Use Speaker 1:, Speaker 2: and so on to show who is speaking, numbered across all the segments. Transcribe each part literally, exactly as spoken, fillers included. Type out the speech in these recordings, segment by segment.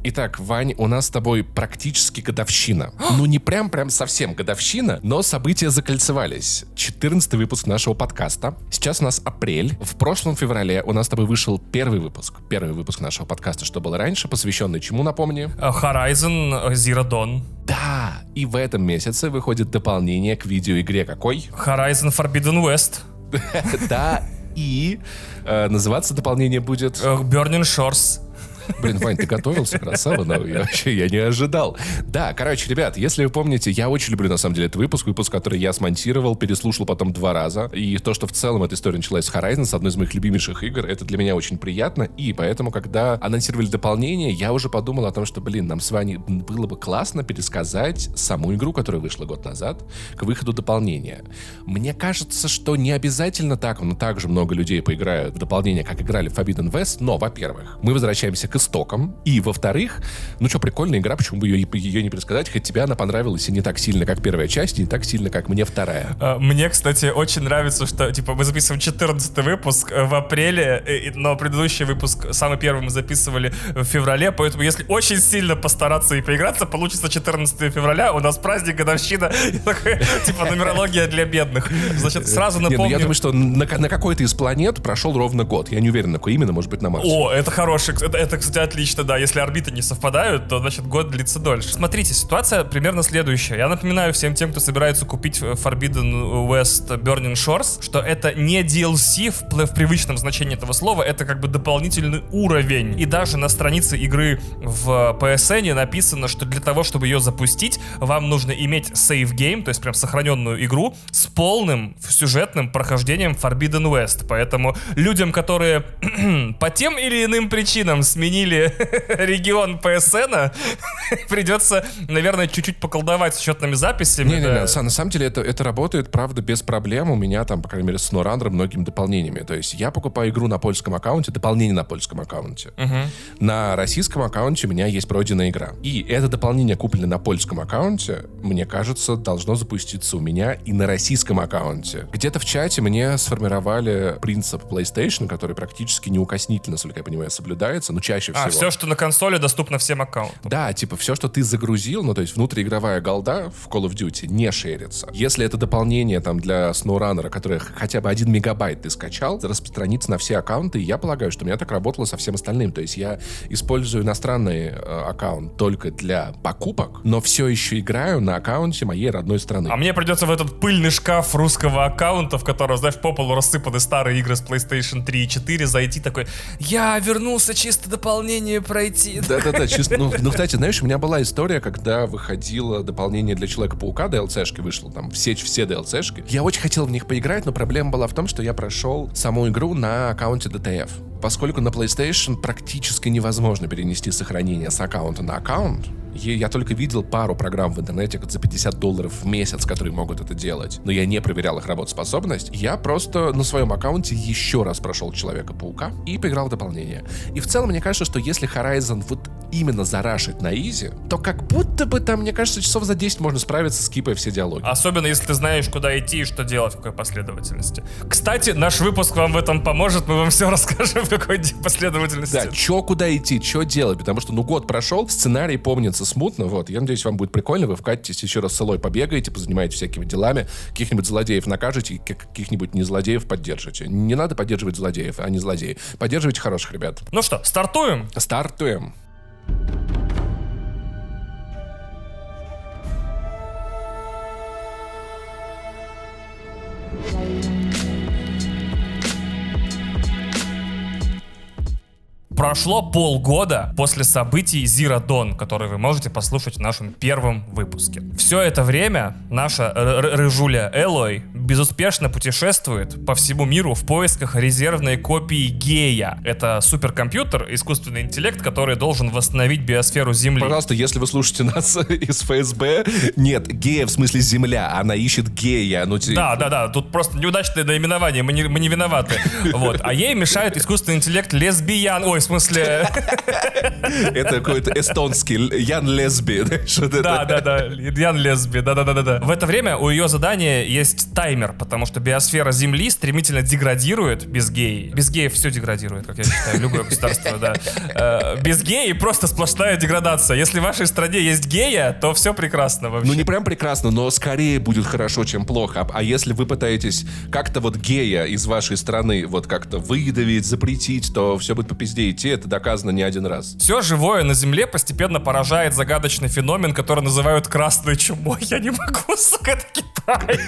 Speaker 1: Итак, Вань, у нас с тобой практически годовщина. Ну, не прям-прям совсем годовщина, но события закольцевались. четырнадцатый выпуск нашего подкаста. Сейчас у нас апрель. В прошлом феврале у нас с тобой вышел первый выпуск. Первый выпуск нашего подкаста, что было раньше, посвященный чему, напомни?
Speaker 2: Horizon Zero Dawn.
Speaker 1: Да, и в этом месяце выходит дополнение к видеоигре какой?
Speaker 2: Horizon Forbidden West.
Speaker 1: Да, и э, называться дополнение будет...
Speaker 2: Burning Shores.
Speaker 1: Блин, Вань, ты готовился, красава, но я вообще я не ожидал. Да, короче, ребят, если вы помните, я очень люблю, на самом деле, этот выпуск, выпуск, который я смонтировал, переслушал потом два раза, и то, что в целом эта история началась с Horizon, с одной из моих любимейших игр, это для меня очень приятно, и поэтому, когда анонсировали дополнение, я уже подумал о том, что, блин, нам с Ваней было бы классно пересказать саму игру, которая вышла год назад, к выходу дополнения. Мне кажется, что не обязательно так, но также много людей поиграют в дополнение, как играли в Forbidden West, но, во-первых, мы возвращаемся к истокам. И, во-вторых, ну что, прикольная игра, почему бы ее, ее не пересказать, хоть тебе она понравилась и не так сильно, как первая часть, и не так сильно, как мне вторая.
Speaker 2: Мне, кстати, очень нравится, что, типа, мы записываем четырнадцатый выпуск в апреле, но предыдущий выпуск, самый первый, мы записывали в феврале, поэтому если очень сильно постараться и поиграться, получится четырнадцатого февраля, у нас праздник, годовщина, типа, нумерология для бедных. Значит, сразу напомню...
Speaker 1: Нет, ну я думаю, что на, на какой-то из планет прошел ровно год. Я не уверен, на какой именно, может быть, на Марсе.
Speaker 2: О, это хороший, это, это, кстати, отлично, да. Если орбиты не совпадают, то, значит, год длится дольше. Смотрите, ситуация примерно следующая. Я напоминаю всем тем, кто собирается купить Forbidden West Burning Shores, что это не ди эл си в, в привычном значении этого слова, это как бы дополнительный уровень. И даже на странице игры в пи эс эн написано, что для того, чтобы ее запустить, вам нужно иметь save game, то есть прям сохраненную игру с полным сюжетным прохождением Forbidden West. Поэтому людям, которые по тем или иным причинам сменили регион пи эс эн, придется, наверное, чуть-чуть поколдовать с счетными записями.
Speaker 1: Не-не-не,
Speaker 2: да.
Speaker 1: на самом деле это, это работает, правда, без проблем. У меня там, по крайней мере, с SnowRunner многими дополнениями. То есть я покупаю игру на польском аккаунте, дополнение на польском аккаунте. Угу. На российском аккаунте у меня есть пройденная игра. И это дополнение, купленное на польском аккаунте, мне кажется, должно запуститься у меня и на российском аккаунте. Где-то в чате мне сформировали принцип PlayStation, который практически неукоснительно, насколько я понимаю, соблюдается, но чаще всего.
Speaker 2: А, все, что на консоли, доступно всем аккаунтам.
Speaker 1: Да, типа все, что ты загрузил, ну то есть внутриигровая голда в Call of Duty не шерится. Если это дополнение там для SnowRunner, которое хотя бы один мегабайт ты скачал, распространится на все аккаунты, и я полагаю, что у меня так работало со всем остальным. То есть я использую иностранный э, аккаунт только для покупок, но все еще играю на аккаунте моей родной страны.
Speaker 2: А мне придется в этот пыльный шкаф русского аккаунта, в котором, знаешь, по полу рассыпаны старые игры с PlayStation три и четыре, зайти такой: я вернулся чисто дополнение пройти.
Speaker 1: Да-да-да, чисто. Ну, ну, кстати, знаешь, у меня была история, когда выходило дополнение для Человека-паука, ди эл си-шки вышло, там, все, все ди эл си-шки. Я очень хотел в них поиграть, но проблема была в том, что я прошел саму игру на аккаунте ди ти эф. Поскольку на PlayStation практически невозможно перенести сохранение с аккаунта на аккаунт, я только видел пару программ в интернете за пятьдесят долларов в месяц, которые могут это делать, но я не проверял их работоспособность. Я просто на своем аккаунте еще раз прошел Человека-паука и поиграл в дополнение. И в целом, мне кажется, что если Horizon вот именно зарашить на изи, то как будто бы там, мне кажется, часов за десять можно справиться, скипая все диалоги.
Speaker 2: Особенно, если ты знаешь, куда идти и что делать, в какой последовательности. Кстати, наш выпуск вам в этом поможет, мы вам все расскажем, в какой последовательности.
Speaker 1: Да, чё, куда идти, чё делать, потому что, ну, год прошел, сценарий помнится смутно, вот, я надеюсь, вам будет прикольно, вы вкатитесь еще раз с Элой, побегаете, позанимаетесь всякими делами, каких-нибудь злодеев накажете, каких-нибудь не злодеев поддержите. Не надо поддерживать злодеев, а не злодеи. Поддерживайте хороших ребят.
Speaker 2: Ну что, стартуем?
Speaker 1: Стартуем.
Speaker 2: Прошло полгода после событий Zero Dawn, которые вы можете послушать в нашем первом выпуске. Все это время наша рыжуля Элой безуспешно путешествует по всему миру в поисках резервной копии Гея. Это суперкомпьютер, искусственный интеллект, который должен восстановить биосферу Земли.
Speaker 1: Пожалуйста, если вы слушаете нас из эф эс бэ, нет, Гея в смысле Земля, она ищет Гея. Ну, те...
Speaker 2: Да, да, да, тут просто неудачное наименование, мы не, мы не виноваты. Вот. А ей мешает искусственный интеллект лесбиян, ой, смысле...
Speaker 1: Это какой-то эстонский Ян Лесби.
Speaker 2: Да, да, да, Ян Лесби, да-да-да-да. В это время у ее задания есть таймер, потому что биосфера Земли стремительно деградирует без геев. Без геев все деградирует, как я считаю, любое государство, да. Без геев просто сплошная деградация. Если в вашей стране есть гея, то все прекрасно вообще.
Speaker 1: Ну не прям прекрасно, но скорее будет хорошо, чем плохо. А если вы пытаетесь как-то вот гея из вашей страны вот как-то выдавить, запретить, то все будет по пизде идти, это доказано не один раз.
Speaker 2: Все живое на Земле постепенно поражает загадочный феномен, который называют красной чумой. Я не могу, сука, это Китай.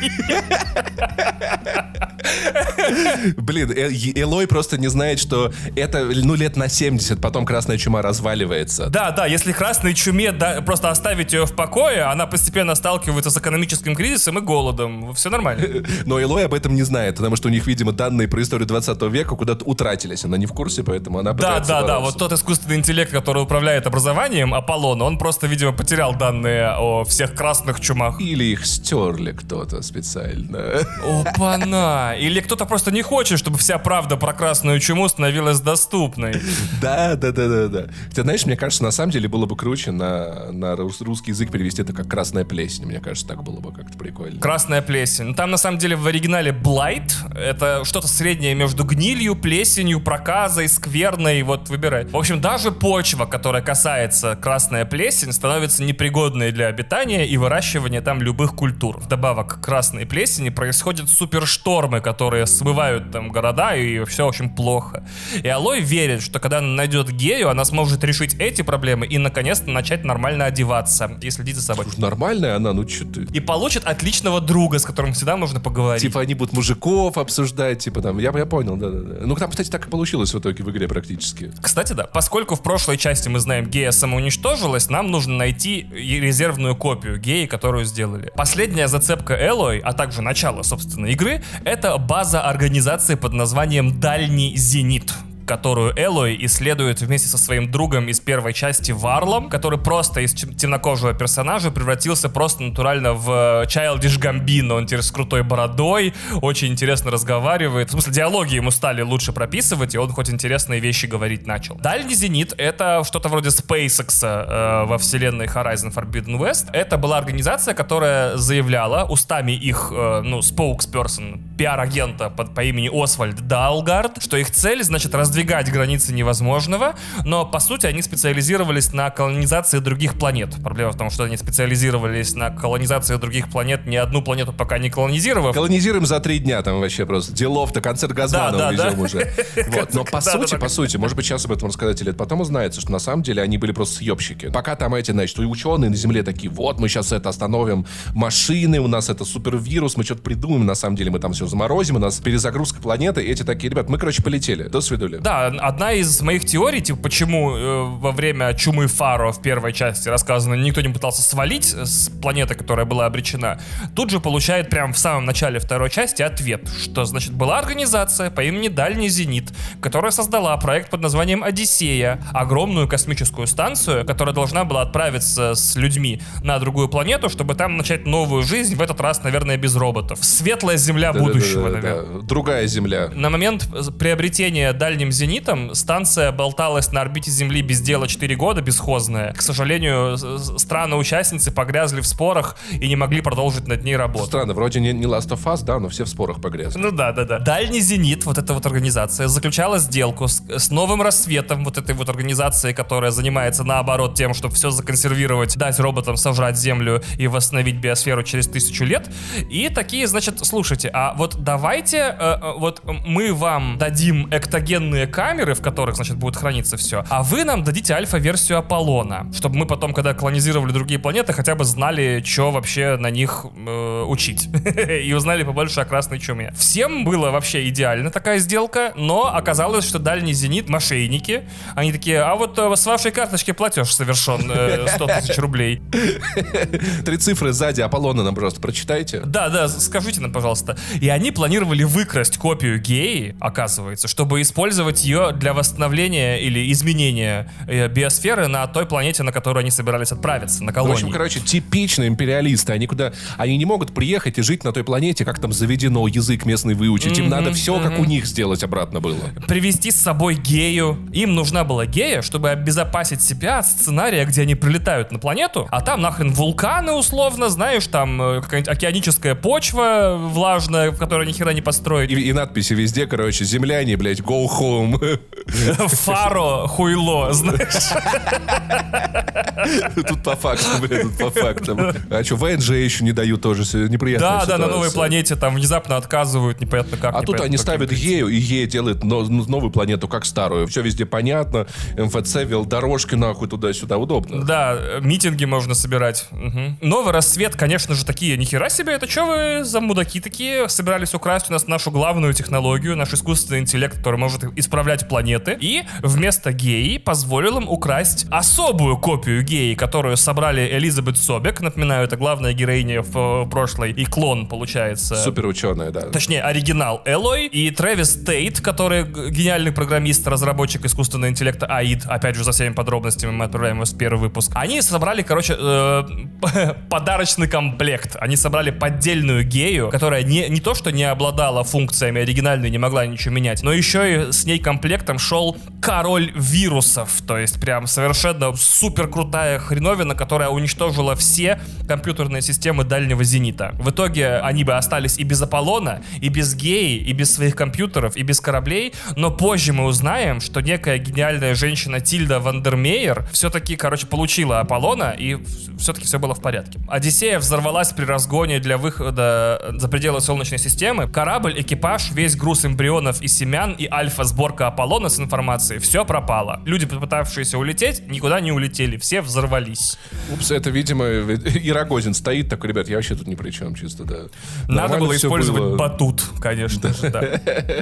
Speaker 1: Блин, Элой просто не знает, что это, ну, лет на семьдесят, потом красная чума разваливается.
Speaker 2: Да, да, если красной чуме да, просто оставить ее в покое, она постепенно сталкивается с экономическим кризисом и голодом. Все нормально.
Speaker 1: Но Элой об этом не знает, потому что у них, видимо, данные про историю двадцатого века куда-то утратились. Она не в курсе, поэтому она пытается
Speaker 2: Да, да,
Speaker 1: бороться.
Speaker 2: да, вот тот искусственный интеллект, который управляет образованием, Аполлон, он просто, видимо, потерял данные о всех красных чумах.
Speaker 1: Или их стерли кто-то специально.
Speaker 2: Опа-на! Или кто-то просто не хочет, чтобы вся правда про красную чуму становилась доступной.
Speaker 1: Да, да, да, да, да. Ты знаешь, мне кажется, на самом деле было бы круче на, на русский язык перевести это как красная плесень. Мне кажется, так было бы как-то прикольно.
Speaker 2: Красная плесень. Ну, там на самом деле в оригинале blight. Это что-то среднее между гнилью, плесенью, проказой, скверной. Вот выбирай. В общем, даже почва, которая касается красная плесень, становится непригодной для обитания и выращивания там любых культур. Вдобавок к красной плесени происходят суперштормы, которые смывают там города, и все очень плохо. И Алой верит, что когда она найдет гею, она сможет решить эти проблемы и наконец-то начать нормально одеваться и следить за собой.
Speaker 1: Нормальная она, ну что ты?
Speaker 2: И получит отличного друга, с которым всегда можно поговорить.
Speaker 1: Типа они будут мужиков обсуждать, типа там, я, я понял, да-да-да. Ну там, кстати, так и получилось в итоге в игре практически.
Speaker 2: Кстати, да, поскольку в прошлой части мы знаем, гея самоуничтожилась, нам нужно найти резервную копию геи, которую сделали. Последняя зацепка Элой, а также начало, собственно, игры, это база организации под названием Дальний Зенит, которую Элой исследует вместе со своим другом из первой части Варлом, который просто из темнокожего персонажа превратился просто натурально в Childish Gambino. Он теперь с крутой бородой, очень интересно разговаривает. В смысле, диалоги ему стали лучше прописывать, и он хоть интересные вещи говорить начал. Дальний Зенит — это что-то вроде SpaceX э, во вселенной Horizon Forbidden West. Это была организация, которая заявляла устами их, э, ну, spokesperson, пиар-агента под, по имени Освальд Далгард, что их цель, значит, раздвигать границы невозможного, но по сути они специализировались на колонизации других планет. Проблема в том, что они специализировались на колонизации других планет, ни одну планету пока не колонизировав.
Speaker 1: Колонизируем за три дня, там вообще просто делов-то, концерт Газманова
Speaker 2: да, да,
Speaker 1: везем
Speaker 2: да.
Speaker 1: уже. Вот. Но по
Speaker 2: Да,
Speaker 1: сути,
Speaker 2: да,
Speaker 1: по
Speaker 2: да.
Speaker 1: сути, может быть, сейчас об этом рассказать лет потом узнается, что на самом деле они были просто съебщики. Пока там эти, значит, ученые на Земле такие, вот, мы сейчас это остановим машины, у нас это супервирус, мы что-то придумаем, на самом деле мы там все заморозим, у нас перезагрузка планеты, эти такие, ребят, мы, короче, полетели. До свидули.
Speaker 2: Да, одна из моих теорий, типа, почему э, во время чумы Фаро в первой части рассказано, никто не пытался свалить с планеты, которая была обречена, тут же получает прямо в самом начале второй части ответ, что, значит, была организация по имени Дальний Зенит, которая создала проект под названием Одиссея, огромную космическую станцию, которая должна была отправиться с людьми на другую планету, чтобы там начать новую жизнь, в этот раз, наверное, без роботов. Светлая земля
Speaker 1: Да,
Speaker 2: будущего,
Speaker 1: да, да, да,
Speaker 2: наверное.
Speaker 1: да. Другая Земля.
Speaker 2: На момент приобретения Дальним Зенитом станция болталась на орбите Земли без дела четыре года, бесхозная. К сожалению, страны-участницы погрязли в спорах и не могли продолжить над ней работу.
Speaker 1: Странно, вроде не, не Last of Us, да, но все в спорах погрязли.
Speaker 2: Ну да, да, да. Дальний Зенит, вот эта вот организация, заключала сделку с, с новым рассветом вот этой вот организации, которая занимается наоборот тем, чтобы все законсервировать, дать роботам сожрать Землю и восстановить биосферу через тысячу лет. И такие, значит, слушайте, а вот давайте э, э, вот мы вам дадим эктогенные камеры, в которых, значит, будет храниться все, а вы нам дадите альфа-версию Аполлона, чтобы мы потом, когда колонизировали другие планеты, хотя бы знали, что вообще на них э, учить. И узнали побольше о красной чуме. Всем было вообще идеально такая сделка, но оказалось, что Дальний Зенит — мошенники. Они такие, а вот э, с вашей карточки платеж совершен э, сто тысяч рублей.
Speaker 1: Три цифры сзади Аполлона нам просто прочитайте.
Speaker 2: Да, да, скажите нам, пожалуйста. И они планировали выкрасть копию геи, оказывается, чтобы использовать использовать ее для восстановления или изменения биосферы на той планете, на которую они собирались отправиться, на колонии.
Speaker 1: В общем, короче, типичные империалисты. Они куда... Они не могут приехать и жить на той планете, как там заведено, язык местный выучить. Им mm-hmm, надо все, mm-hmm. как у них сделать обратно было.
Speaker 2: Привезти с собой гею. Им нужна была гея, чтобы обезопасить себя от сценария, где они прилетают на планету, а там нахрен вулканы условно, знаешь, там какая-нибудь океаническая почва влажная, в которой ни хера не построить.
Speaker 1: И, и надписи везде, короче, земляне, блядь, go home.
Speaker 2: Фаро, хуйло, знаешь.
Speaker 1: Тут по фактам, блядь, тут по фактам. А что, ВНЖ еще не дают тоже, неприятная
Speaker 2: Да,
Speaker 1: ситуация.
Speaker 2: да, на новой планете там внезапно отказывают, непонятно как.
Speaker 1: А тут они ставят Ею, и Ея делает новую планету как старую. Все везде понятно, МФЦ, велодорожки нахуй туда-сюда, удобно.
Speaker 2: Да, митинги можно собирать. Угу. Новый рассвет, конечно же, такие, нихера себе, это что вы за мудаки такие? Собирались украсть у нас нашу главную технологию, наш искусственный интеллект, который может исправлять планеты. И вместо геи позволил им украсть особую копию геи, которую собрали Элизабет Собек. Напоминаю, это главная героиня в прошлой, и клон, получается.
Speaker 1: Супер ученая, да.
Speaker 2: Точнее, оригинал Элой. И Трэвис Тейт, который гениальный программист, разработчик искусственного интеллекта АИД. Опять же, за всеми подробностями мы отправляем вас в первый выпуск. Они собрали, короче, э, подарочный комплект. Они собрали поддельную гею, которая не, не то, что не обладала функциями оригинальной, не могла ничего менять, но еще и с ней комплектом шел король вирусов. То есть прям совершенно супер крутая хреновина, которая уничтожила все компьютерные системы дальнего зенита. В итоге они бы остались и без Аполлона, и без геи, и без своих компьютеров, и без кораблей, но позже мы узнаем, что некая гениальная женщина Тильда Вандермеер все-таки, короче, получила Аполлона, и все-таки все было в порядке. Одиссея взорвалась при разгоне для выхода за пределы Солнечной системы. Корабль, экипаж, весь груз эмбрионов и семян и альфа-сборка Аполлона с информацией, все пропало. Люди, попытавшиеся улететь, никуда не улетели, все взорвались.
Speaker 1: Упс, это, видимо, и Рогозин стоит такой, ребят, я вообще тут ни при чем, чисто, да.
Speaker 2: Надо
Speaker 1: Нормально
Speaker 2: было использовать
Speaker 1: было.
Speaker 2: батут, конечно же, да.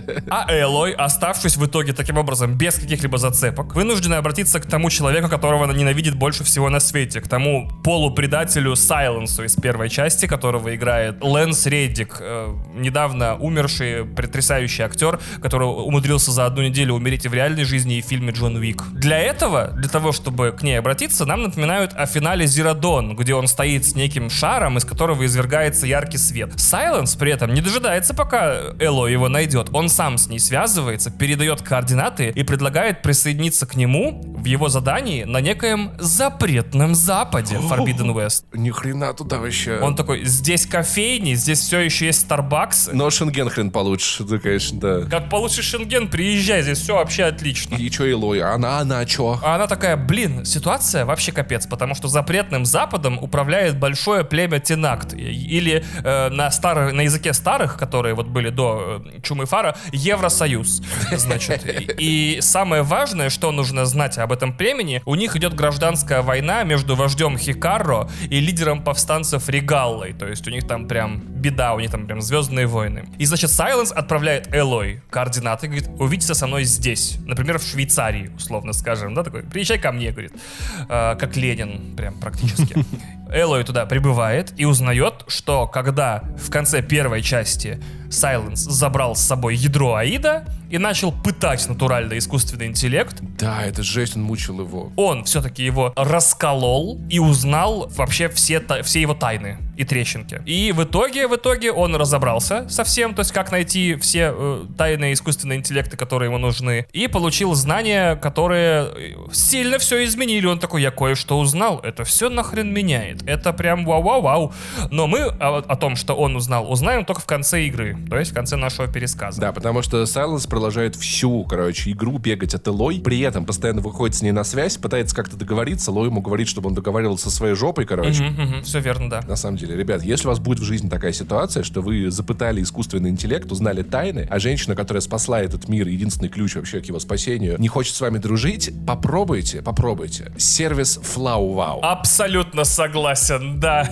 Speaker 2: А Элой, оставшись в итоге таким образом без каких-либо зацепок, вынуждена обратиться к тому человеку, которого она ненавидит больше всего на свете, к тому полупредателю Сайленсу из первой части, которого играет Лэнс Реддик, э, недавно умерший, потрясающий актер, который умудрился за одну неделю умереть и в реальной жизни, и в фильме «Джон Уик». Для этого, для того, чтобы к ней обратиться, нам напоминают о финале Zero Dawn, где он стоит с неким шаром, из которого извергается яркий свет. Сайленс при этом не дожидается, пока Эло его найдет. Он сам с ней связывается, передает координаты и предлагает присоединиться к нему в его задании на некоем запретном западе Forbidden West.
Speaker 1: Ни хрена туда вообще.
Speaker 2: Он такой, здесь кофейни, здесь все еще есть Starbucks.
Speaker 1: Но Шенген хрен получишь, да, конечно, да.
Speaker 2: Как получишь Шенген, приезжай, здесь все вообще отлично.
Speaker 1: И чё, Элой? Она, она чё?
Speaker 2: А она такая, блин, ситуация вообще капец, потому что запретным западом управляет большое племя Тенакт. Или э, на, старых, на языке старых, которые вот были до э, Чумы Фара, Евросоюз. Значит. И, и самое важное, что нужно знать об этом племени, у них идет гражданская война между вождем Хикарро и лидером повстанцев Регаллой. То есть у них там прям беда, у них там прям звездные войны. И, значит, Сайленс отправляет Элой координаты, говорит, увидите со мной здесь. Например, в Швейцарии, условно скажем, да, такой, приезжай ко мне, говорит, э, как Ленин, прям практически. Элой туда прибывает и узнает, что когда в конце первой части Сайленс забрал с собой ядро Аида и начал пытать натуральный искусственный интеллект.
Speaker 1: Да, это жесть, он мучил его.
Speaker 2: Он все-таки его расколол и узнал вообще все, все его тайны и трещинки. И в итоге, в итоге он разобрался со всем, то есть как найти все э, тайные искусственные интеллекты, которые ему нужны, и получил знания, которые сильно все изменили. Он такой, я кое-что узнал, это все нахрен меняет. Это прям вау-вау-вау. Но мы о, о том, что он узнал, узнаем только в конце игры, то есть в конце нашего пересказа.
Speaker 1: Да, потому что Сайленс продолжает всю, короче, игру бегать от Элой, при этом постоянно выходит с ней на связь, пытается как-то договориться, Элой ему говорит, чтобы он договаривался со своей жопой, короче.
Speaker 2: Угу, угу, все верно, да.
Speaker 1: На самом деле, ребят, если у вас будет в жизни такая ситуация, что вы запытали искусственный интеллект, узнали тайны, а женщина, которая спасла этот мир, единственный ключ вообще к его спасению, не хочет с вами дружить, попробуйте, попробуйте. Сервис FlowWow.
Speaker 2: Абсолютно согласен, да.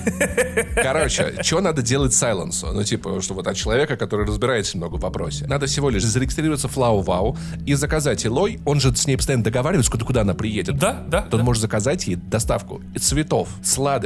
Speaker 1: Короче, что надо делать Сайленсу? Ну, типа, что вот от человека, который разбирается много в вопросе. Надо всего лишь зарегистрироваться в FlowWow и заказать Элой. Он же с ней постоянно договаривается, куда, куда она приедет.
Speaker 2: Да, да.
Speaker 1: Он
Speaker 2: да.
Speaker 1: может заказать ей доставку цветов, сладостей,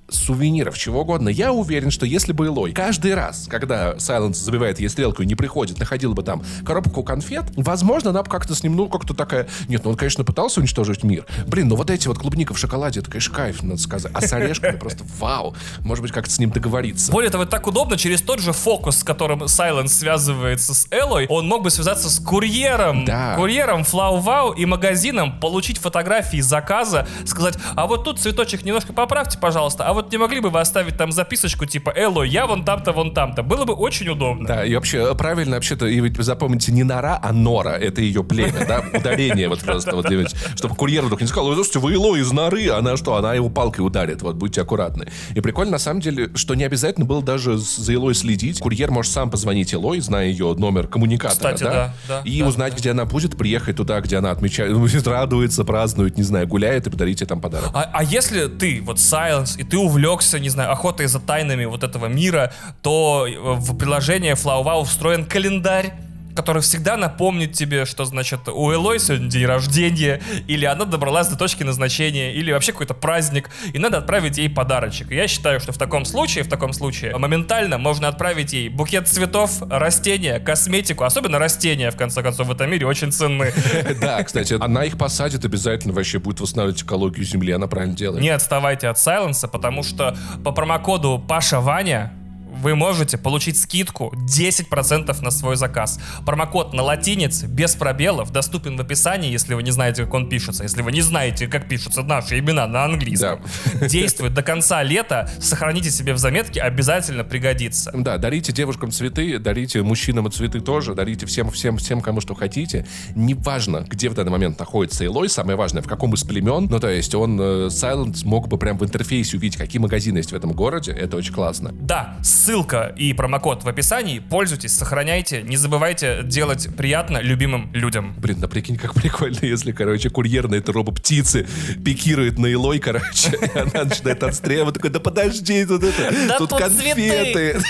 Speaker 1: сувениров, чего угодно. Я уверен, что если бы Элой каждый раз, когда Сайленс забивает ей стрелку и не приходит, находила бы там коробку конфет, возможно, она бы как-то с ним, ну, как-то такая... Нет, ну, он, конечно, пытался уничтожить мир. Блин, ну вот эти вот клубника в шоколаде, это, конечно, кайф, надо сказать. А с орешками просто вау. Может быть, как-то с ним договориться.
Speaker 2: Более того, так удобно, через тот же фокус, с которым Сайленс связывается с Элой, он мог бы связаться с курьером.
Speaker 1: Да.
Speaker 2: Курьером Флау Вау и магазином, получить фотографии заказа, сказать, а вот тут цветочек немножко поправьте, пожалуйста, а вот не могли бы вы оставить там записочку типа «Элло, я вон там-то, вон там-то». Было бы очень удобно.
Speaker 1: Да, и вообще, правильно, вообще-то, и ведь запомните, не Нора, а Нора. Это ее племя, да? Ударение вот просто, вот, чтобы курьер вдруг не сказал, слушайте, вы Эло из Норы, она что? Она его палкой ударит, вот, будьте аккуратны. И прикольно, на самом деле, что не обязательно было даже за Элой следить. Курьер может сам позвонить Элой, зная ее номер коммуникатора,
Speaker 2: Кстати,
Speaker 1: да?
Speaker 2: да, да,
Speaker 1: и
Speaker 2: да,
Speaker 1: узнать,
Speaker 2: да.
Speaker 1: где она будет, приехать туда, где она отмечает, радуется, празднует, не знаю, гуляет и подарить ей там подарок.
Speaker 2: А, а если ты, вот, Сайленс, и ты увлекся, не знаю, охотой за тайнами вот этого мира, то в приложении Флау Вау встроен календарь, который всегда напомнит тебе, что, значит, у Элой сегодня день рождения, или она добралась до точки назначения, или вообще какой-то праздник, и надо отправить ей подарочек. И я считаю, что в таком случае, в таком случае, моментально можно отправить ей букет цветов, растения, косметику, особенно растения, в конце концов, в этом мире очень ценны.
Speaker 1: Да, кстати, она их посадит обязательно, вообще будет восстанавливать экологию Земли, она правильно делает.
Speaker 2: Не отставайте от Сайленса, потому что по промокоду Паша Ваня вы можете получить скидку десять процентов на свой заказ. Промокод на латинице, без пробелов, доступен в описании, если вы не знаете, как он пишется. Если вы не знаете, как пишутся наши имена на английском. Да. Действует до конца лета. Сохраните себе в заметке, обязательно пригодится.
Speaker 1: Да, дарите девушкам цветы, дарите мужчинам цветы тоже, дарите всем, всем, всем, кому что хотите. Неважно, где в данный момент находится Элой, самое важное, в каком из племен. Ну, то есть он, Сайленс, мог бы прям в интерфейсе увидеть, какие магазины есть в этом городе. Это очень классно.
Speaker 2: Да, ссылка и промокод в описании. Пользуйтесь, сохраняйте. Не забывайте делать приятно любимым людям.
Speaker 1: Блин, да прикинь, как прикольно, если, короче, курьер на этой робо-птице пикирует на Элой, короче, и она начинает отстреливать. Такой, да подожди, тут это,
Speaker 2: да
Speaker 1: тут конфеты.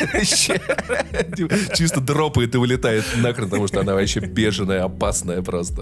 Speaker 1: Чисто дропает и вылетает нахрен, потому что она вообще беженая, опасная просто.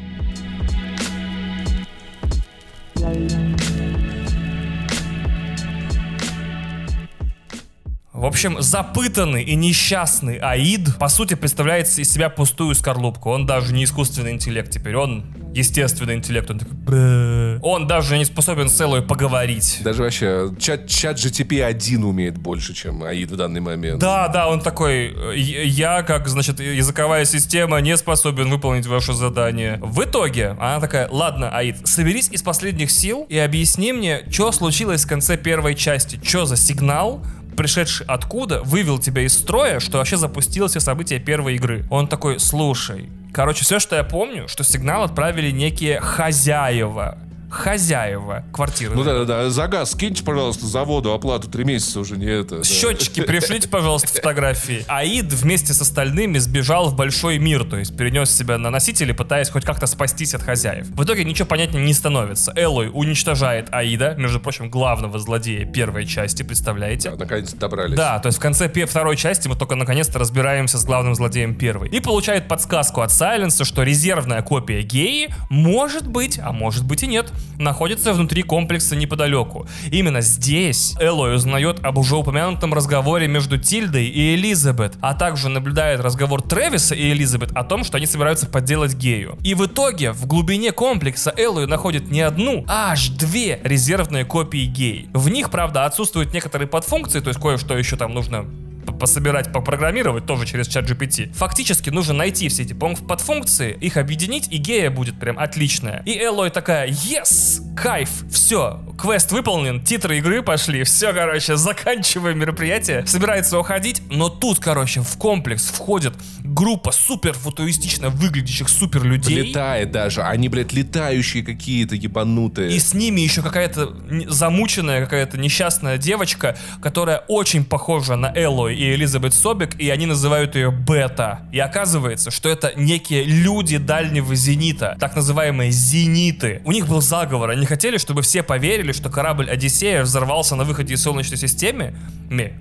Speaker 2: В общем, запытанный и несчастный Аид, по сути, представляет из себя пустую скорлупку. Он даже не искусственный интеллект теперь, он естественный интеллект. Он такой... Бэ. Он даже не способен с Элой поговорить.
Speaker 1: Даже вообще чат, чат джи ти пи один умеет больше, чем Аид в данный момент.
Speaker 2: Да, да, он такой, я, как, значит, языковая система, не способен выполнить ваше задание. В итоге, она такая, ладно, Аид, соберись из последних сил и объясни мне, что случилось в конце первой части. Что за сигнал, пришедший откуда, вывел тебя из строя, что вообще запустилось все события первой игры. Он такой, слушай, короче, все, что я помню, что сигнал отправили некие хозяева. Хозяева квартиры.
Speaker 1: Ну да-да-да, за газ скиньте, пожалуйста, за воду оплату, три месяца уже не это.
Speaker 2: Счетчики пришлите, пожалуйста, фотографии. Аид вместе с остальными сбежал в большой мир, то есть перенес себя на носители, пытаясь хоть как-то спастись от хозяев. В итоге ничего понятнее не становится. Элой уничтожает Аида, между прочим, главного злодея первой части, представляете?
Speaker 1: Да, наконец-то добрались.
Speaker 2: Да, то есть в конце второй части мы только наконец-то разбираемся с главным злодеем первой. И получает подсказку от Сайленса, что резервная копия Геи может быть, а может быть и нет, находится внутри комплекса неподалеку. Именно здесь Элой узнает об уже упомянутом разговоре между Тильдой и Элизабет, а также наблюдает разговор Трэвиса и Элизабет о том, что они собираются подделать Гею. И в итоге в глубине комплекса Элой находит не одну, а аж две резервные копии Геи. В них, правда, отсутствуют некоторые подфункции, то есть кое-что еще там нужно пособирать, попрограммировать, тоже через чат джи пи ти. Фактически нужно найти все эти подфункции, их объединить, и Гея будет прям отличная. И Элой такая, yes, кайф, все, квест выполнен, титры игры пошли, все, короче, заканчиваем мероприятие, собирается уходить, но тут, короче, в комплекс входит группа супер футуристично выглядящих супер людей.
Speaker 1: Летает даже, они, блядь, летающие какие-то ебанутые.
Speaker 2: И с ними еще какая-то замученная, какая-то несчастная девочка, которая очень похожа на Элой и Элизабет Собик, и они называют ее Бета. И оказывается, что это некие люди дальнего зенита, так называемые зениты. У них был заговор, они хотели, чтобы все поверили, что корабль Одиссея взорвался на выходе из Солнечной системы. Ме, ме.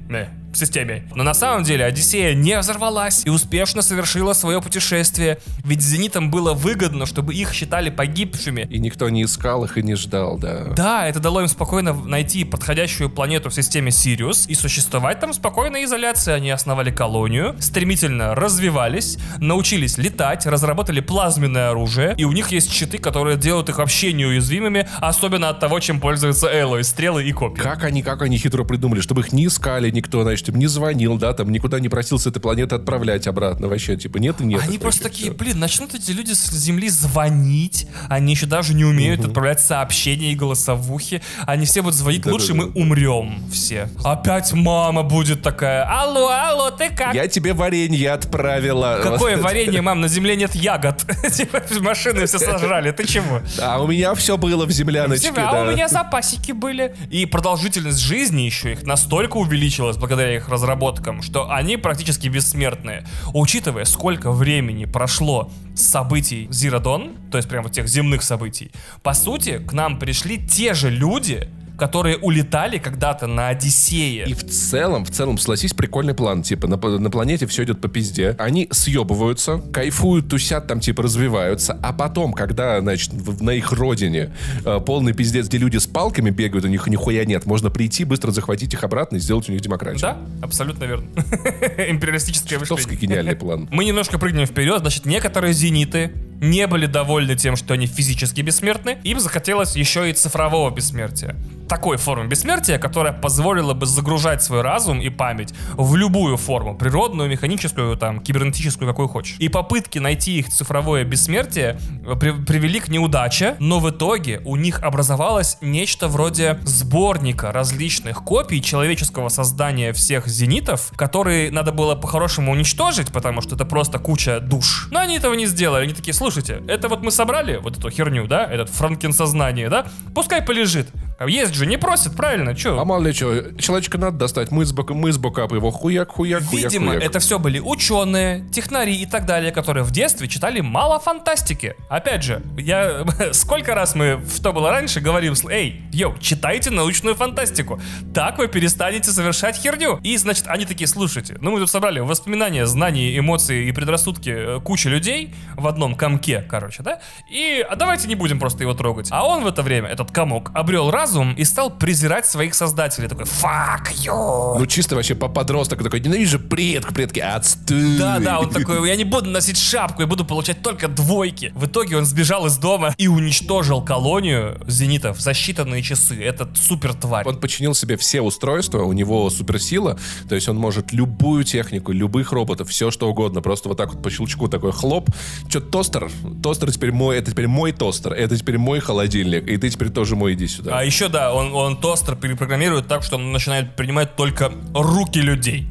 Speaker 2: в системе. Но на самом деле Одиссея не взорвалась и успешно совершила свое путешествие, ведь зенитам было выгодно, чтобы их считали погибшими.
Speaker 1: И никто не искал их и не ждал, да.
Speaker 2: Да, это дало им спокойно найти подходящую планету в системе Сириус и существовать там в спокойной изоляции. Они основали колонию, стремительно развивались, научились летать, разработали плазменное оружие, и у них есть щиты, которые делают их вообще неуязвимыми, особенно от того, чем пользуются Элой, стрелы и копья.
Speaker 1: Как они, как они хитро придумали, чтобы их не искали никто, значит, им не звонил, да, там никуда не просил с этой планеты отправлять обратно, вообще, типа, нет и нет.
Speaker 2: Они просто такие, все. Блин, начнут эти люди с Земли звонить, они еще даже не умеют угу. отправлять сообщения и голосовухи, они все будут звонить, да, лучше да, да, мы да. умрем все. Опять мама будет такая, алло, алло, ты как?
Speaker 1: Я тебе варенье отправила.
Speaker 2: Какое варенье, мам, на Земле нет ягод. Типа машины все сожрали, ты чего?
Speaker 1: А у меня все было в земляночке, да.
Speaker 2: А у меня запасики были. И продолжительность жизни еще их настолько увеличилась благодаря их разработкам, что они практически бессмертные. Учитывая, сколько времени прошло с событий Zero Dawn, то есть прям вот тех земных событий, по сути, к нам пришли те же люди, которые улетали когда-то на Одиссее.
Speaker 1: И в целом, в целом, согласись, прикольный план. Типа, на, на планете все идет по пизде. Они съебываются, кайфуют, тусят, там, типа, развиваются. А потом, когда, значит, в, на их родине э, полный пиздец, где люди с палками бегают, у них нихуя нет, можно прийти, быстро захватить их обратно и сделать у них демократию.
Speaker 2: Да, абсолютно верно. Империалистическое мышление.
Speaker 1: Чертовски гениальный план.
Speaker 2: Мы немножко прыгнем вперед. Значит, некоторые зениты не были довольны тем, что они физически бессмертны. Им захотелось еще и цифрового бессмертия. Такой формы бессмертия, которая позволила бы загружать свой разум и память в любую форму, природную, механическую, там, кибернетическую, какую хочешь. И попытки найти их цифровое бессмертие при- привели к неудаче, но в итоге у них образовалось нечто вроде сборника различных копий человеческого создания всех зенитов, которые надо было по-хорошему уничтожить, потому что это просто куча душ. Но они этого не сделали. Они такие, слушайте, это вот мы собрали вот эту херню, да, этот франкенсознание, да, пускай полежит. Есть же, не просит, правильно, чё?
Speaker 1: А мало ли чё, человечка надо достать, мы с, бок, мы с бокапа его хуяк, хуяк, хуяк,
Speaker 2: Видимо,
Speaker 1: хуяк.
Speaker 2: это все были ученые, технари и так далее, которые в детстве читали мало фантастики. Опять же, я сколько раз мы, что было раньше, говорим, эй, йоу, читайте научную фантастику. Так вы перестанете совершать херню. И, значит, они такие, слушайте, ну мы тут собрали воспоминания, знания, эмоции и предрассудки кучи людей в одном комке, короче, да? И а давайте не будем просто его трогать. А он в это время, этот комок, обрел разум и стал презирать своих создателей. Такой, fuck you.
Speaker 1: Ну чисто вообще подросток такой, ненавижу предок, предки, отстой.
Speaker 2: Да-да, он такой, я не буду носить шапку, я буду получать только двойки. В итоге он сбежал из дома и уничтожил колонию зенитов за считанные часы. Этот супер тварь.
Speaker 1: Он починил себе все устройства, у него суперсила, то есть он может любую технику, любых роботов, все что угодно, просто вот так вот по щелчку такой хлоп. Че, тостер? Тостер теперь мой, это теперь мой тостер, это теперь мой холодильник, и ты теперь тоже мой, иди сюда.
Speaker 2: А еще Еще да, он, он тостер перепрограммирует так, что он начинает принимать только руки людей.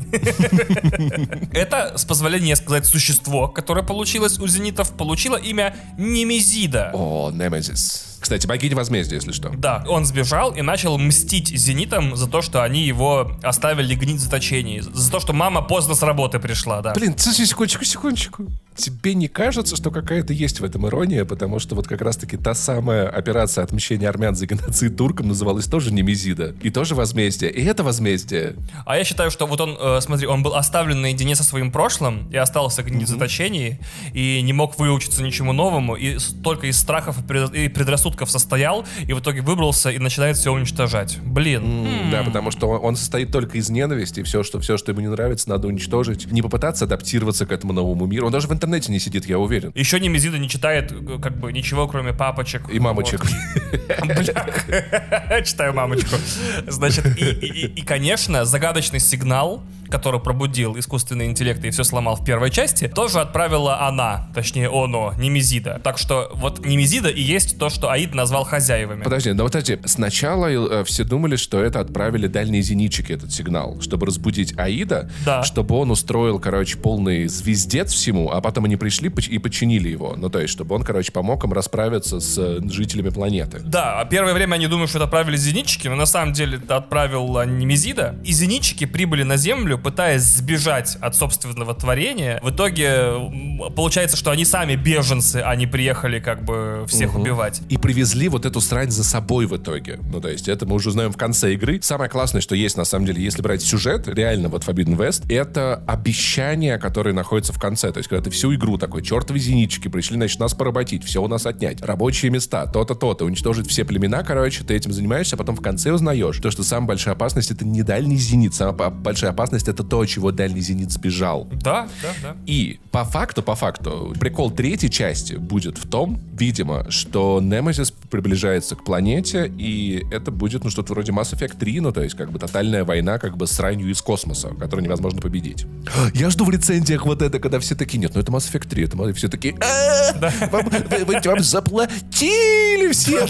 Speaker 2: Это, с позволения сказать, существо, которое получилось у зенитов, получило имя Немезида.
Speaker 1: О, Немезис. Кстати, богиня возмездия, если что.
Speaker 2: Да, он сбежал и начал мстить зенитам за то, что они его оставили гнить в заточении. За то, что мама поздно с работы пришла, да.
Speaker 1: Блин, секундочку, секундочку. Тебе не кажется, что какая-то есть в этом ирония? Потому что вот как раз-таки та самая операция отмщения армян за геноцид туркам называлась тоже Немезида. И тоже возмездие. И это возмездие.
Speaker 2: А я считаю, что вот он, э, смотри, он был оставлен наедине со своим прошлым и остался гнить в заточении, и не мог выучиться ничему новому, и только из страхов и предрассудков состоял, и в итоге выбрался и начинает все уничтожать. Блин.
Speaker 1: Mm, да, потому что он, он состоит только из ненависти, и все что, все, что ему не нравится, надо уничтожить. Не попытаться адаптироваться к этому новому миру. Он даже в интернете не сидит, я уверен.
Speaker 2: Еще Немезида не читает как бы ничего, кроме папочек.
Speaker 1: И мамочек.
Speaker 2: Читаю мамочку. Значит, и, конечно, загадочный сигнал, который пробудил искусственный интеллект и все сломал в первой части, тоже отправила она, точнее оно, Немезида. Так что вот Немезида и есть то, что Аид назвал хозяевами.
Speaker 1: Подожди, ну подожди. Сначала э, все думали, что это отправили дальние зенитчики, этот сигнал, чтобы разбудить Аида,
Speaker 2: да.
Speaker 1: чтобы он устроил, короче, полный звездец всему, а потом они пришли и починили его. Ну, то есть, чтобы он, короче, помог им расправиться с жителями планеты.
Speaker 2: Да, а первое время они думают, что это отправили зенитчики, но на самом деле это отправил Немезида. И зенитчики прибыли на Землю, пытаясь сбежать от собственного творения. В итоге получается, что они сами беженцы, а не приехали как бы всех угу. убивать.
Speaker 1: И привезли вот эту срань за собой в итоге. Ну, то есть это мы уже узнаем в конце игры. Самое классное, что есть на самом деле, если брать сюжет, реально вот Forbidden West, это обещания, которые находятся в конце. То есть когда ты всю игру такой, чертовы зенитчики пришли, значит, нас поработить, все у нас отнять. Рабочие места, то-то, то-то, уничтожить все племена, короче, ты этим занимаешься, а потом в конце узнаешь, то, что самая большая опасность — это не дальний зенит, самая большая опасность — это то, от чего дальний зенит сбежал.
Speaker 2: Да, да, да.
Speaker 1: И по факту, по факту, прикол третьей части будет в том, видимо, что Немезис приближается к планете, и это будет, ну, что-то вроде Mass Effect три, ну, то есть, как бы, тотальная война, как бы, с ранью из космоса, которую невозможно победить. Я жду в рецензиях вот это, когда все такие, нет, ну, это Mass Effect три, это все такие, вам заплатили всем.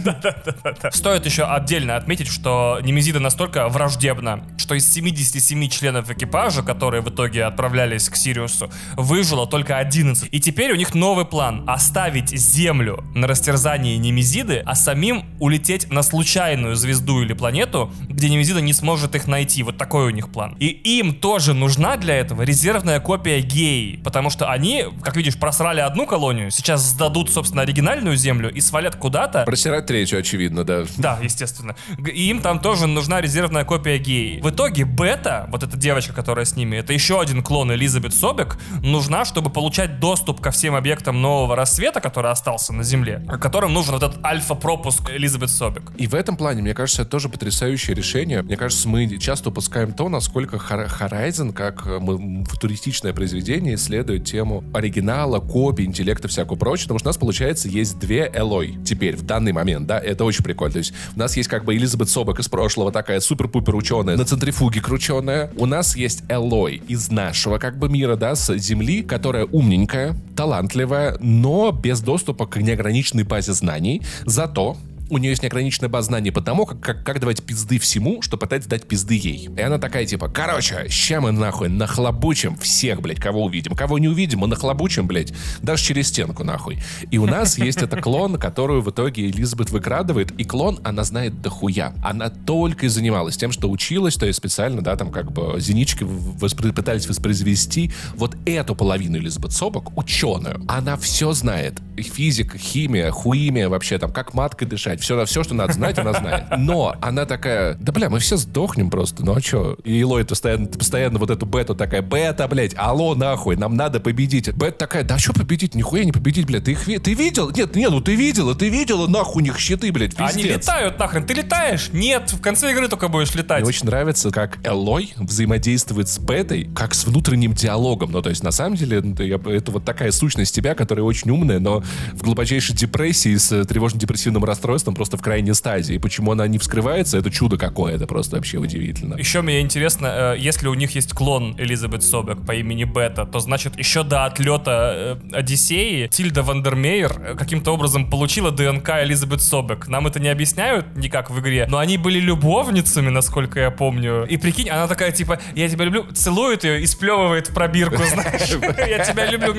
Speaker 2: Стоит еще отдельно отметить, что Немезида настолько враждебна, что из семидесяти семи членов экипажа, которые в итоге отправлялись к Сириусу, выжило только одиннадцать. И теперь у них новый план — оставить Землю на растерзании Немезиды, а самим улететь на случайную звезду или планету, где Немезида не сможет их найти. Вот такой у них план. И им тоже нужна для этого резервная копия Геи, потому что они, как видишь, просрали одну колонию, сейчас сдадут, собственно, оригинальную Землю и свалят куда-то.
Speaker 1: Просирать третью, очевидно, да.
Speaker 2: Да, естественно. И им там тоже нужна резервная копия Геи. В итоге Бета, вот эта девочка, которая с ними, это еще один клон Элизабет Собек, нужна, чтобы получать доступ ко всем объектам нового рассвета, который остался на Земле, которым нужен вот этот альфа-пропуск Элизабет Собек.
Speaker 1: И в этом плане, мне кажется, это тоже потрясающее решение. Мне кажется, мы часто упускаем то, насколько Horizon, как футуристичное произведение, исследует тему оригинала, копий, интеллекта, всякого прочего, потому что у нас, получается, есть две Элой теперь, в данный момент, да, это очень прикольно. То есть у нас есть как бы Элизабет Собек из прошлого, такая супер-пупер ученая, на центрифуге крученая. У нас есть Элой из нашего как бы мира, да, с Земли, которая умненькая, талантливая, но без доступа к неограниченной базе знаний. Зато у нее есть неограниченная база знаний по тому, как, как, как давать пизды всему, что пытается дать пизды ей. И она такая, типа, короче, ща мы нахуй нахлобучим всех, блядь, кого увидим. Кого не увидим, мы нахлобучим, блядь, даже через стенку, нахуй. И у нас есть этот клон, которую в итоге Элизабет выкрадывает. И клон она знает дохуя. Она только и занималась тем, что училась, то есть специально, да, там как бы зенички воспро- пытались воспроизвести вот эту половину Элизабет Собек, ученую. Она все знает. Физика, химия, хуимия вообще, там, как маткой дышать. Все, все, что надо знать, она знает. Но она такая, да, бля, мы все сдохнем просто, ну а что? И Элой постоянно, постоянно вот эту Бету такая, Бета, блядь, алло, нахуй, нам надо победить. Бета такая, да что победить? Нихуя не победить, блядь, ты их ви- ты видел? Нет, нет, ну ты видела, ты видела, нахуй у них щиты, блядь, пиздец.
Speaker 2: Они летают нахрен, ты летаешь? Нет, в конце игры только будешь летать.
Speaker 1: Мне очень нравится, как Элой взаимодействует с Бетой, как с внутренним диалогом. Ну, то есть, на самом деле, это вот такая сущность тебя, которая очень умная, но в глубочайшей депрессии с тревожно-депрессивным расстройством, просто в крайней стадии. И почему она не вскрывается, это чудо какое, это просто вообще удивительно.
Speaker 2: Еще мне интересно, если у них есть клон Элизабет Собек по имени Бета, то значит еще до отлета Одиссеи Тильда Вандермеер каким-то образом получила ДНК Элизабет Собек. Нам это не объясняют никак в игре, но они были любовницами, насколько я помню. И прикинь, она такая типа, я тебя люблю, целует ее и сплевывает в пробирку, знаешь. Я тебя люблю.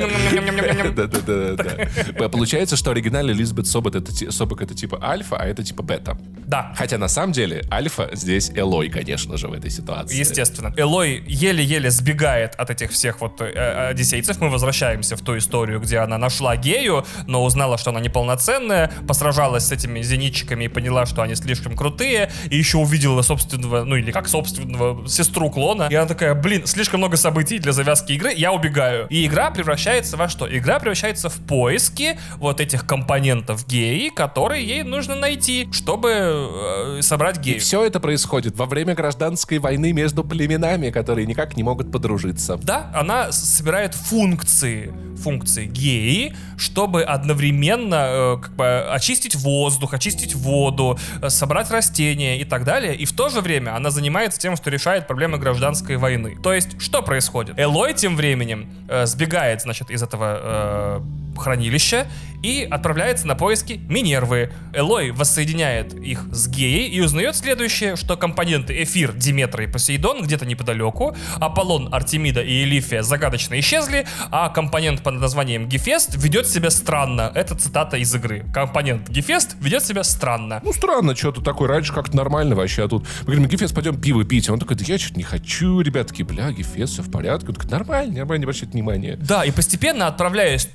Speaker 1: Да-да-да. Получается, что оригинальный Элизабет Собек это типа альфа, а это типа бета.
Speaker 2: Да.
Speaker 1: Хотя на самом деле альфа здесь Элой, конечно же, в этой ситуации.
Speaker 2: Естественно. Элой еле-еле сбегает от этих всех вот э, одиссейцев. Мы возвращаемся в ту историю, где она нашла Гею, но узнала, что она неполноценная, посражалась с этими зенитчиками и поняла, что они слишком крутые, и еще увидела собственного, ну или как собственного, сестру клона. И она такая, блин, слишком много событий для завязки игры, я убегаю. И игра превращается во что? Игра превращается в поиски вот этих компонентов Геи, которые ей нужно найти, чтобы э, собрать Гею.
Speaker 1: И все это происходит во время гражданской войны между племенами, которые никак не могут подружиться.
Speaker 2: Да, она собирает функции, функции Геи, чтобы одновременно э, как бы очистить воздух, очистить воду, э, собрать растения и так далее. И в то же время она занимается тем, что решает проблемы гражданской войны. То есть, что происходит? Элой тем временем э, сбегает, значит, из этого э, хранилища и отправляется на поиски Минервы. Элой воссоединяет их с Геей и узнает следующее, что компоненты Эфир, Диметра и Посейдон где-то неподалеку, Аполлон, Артемида и Элифия загадочно исчезли, а компонент под названием Гефест ведет себя странно. Это цитата из игры. Компонент Гефест ведет себя странно.
Speaker 1: Ну, странно, что-то такое. Раньше как-то нормально вообще, а тут мы говорим, Гефест, пойдем пиво пить. А он такой, да я что-то не хочу, ребятки, бля, Гефест, все в порядке. Он такой, нормально, нормально, не обращайте внимания.
Speaker 2: Да, и постепенно отправляясь то туда,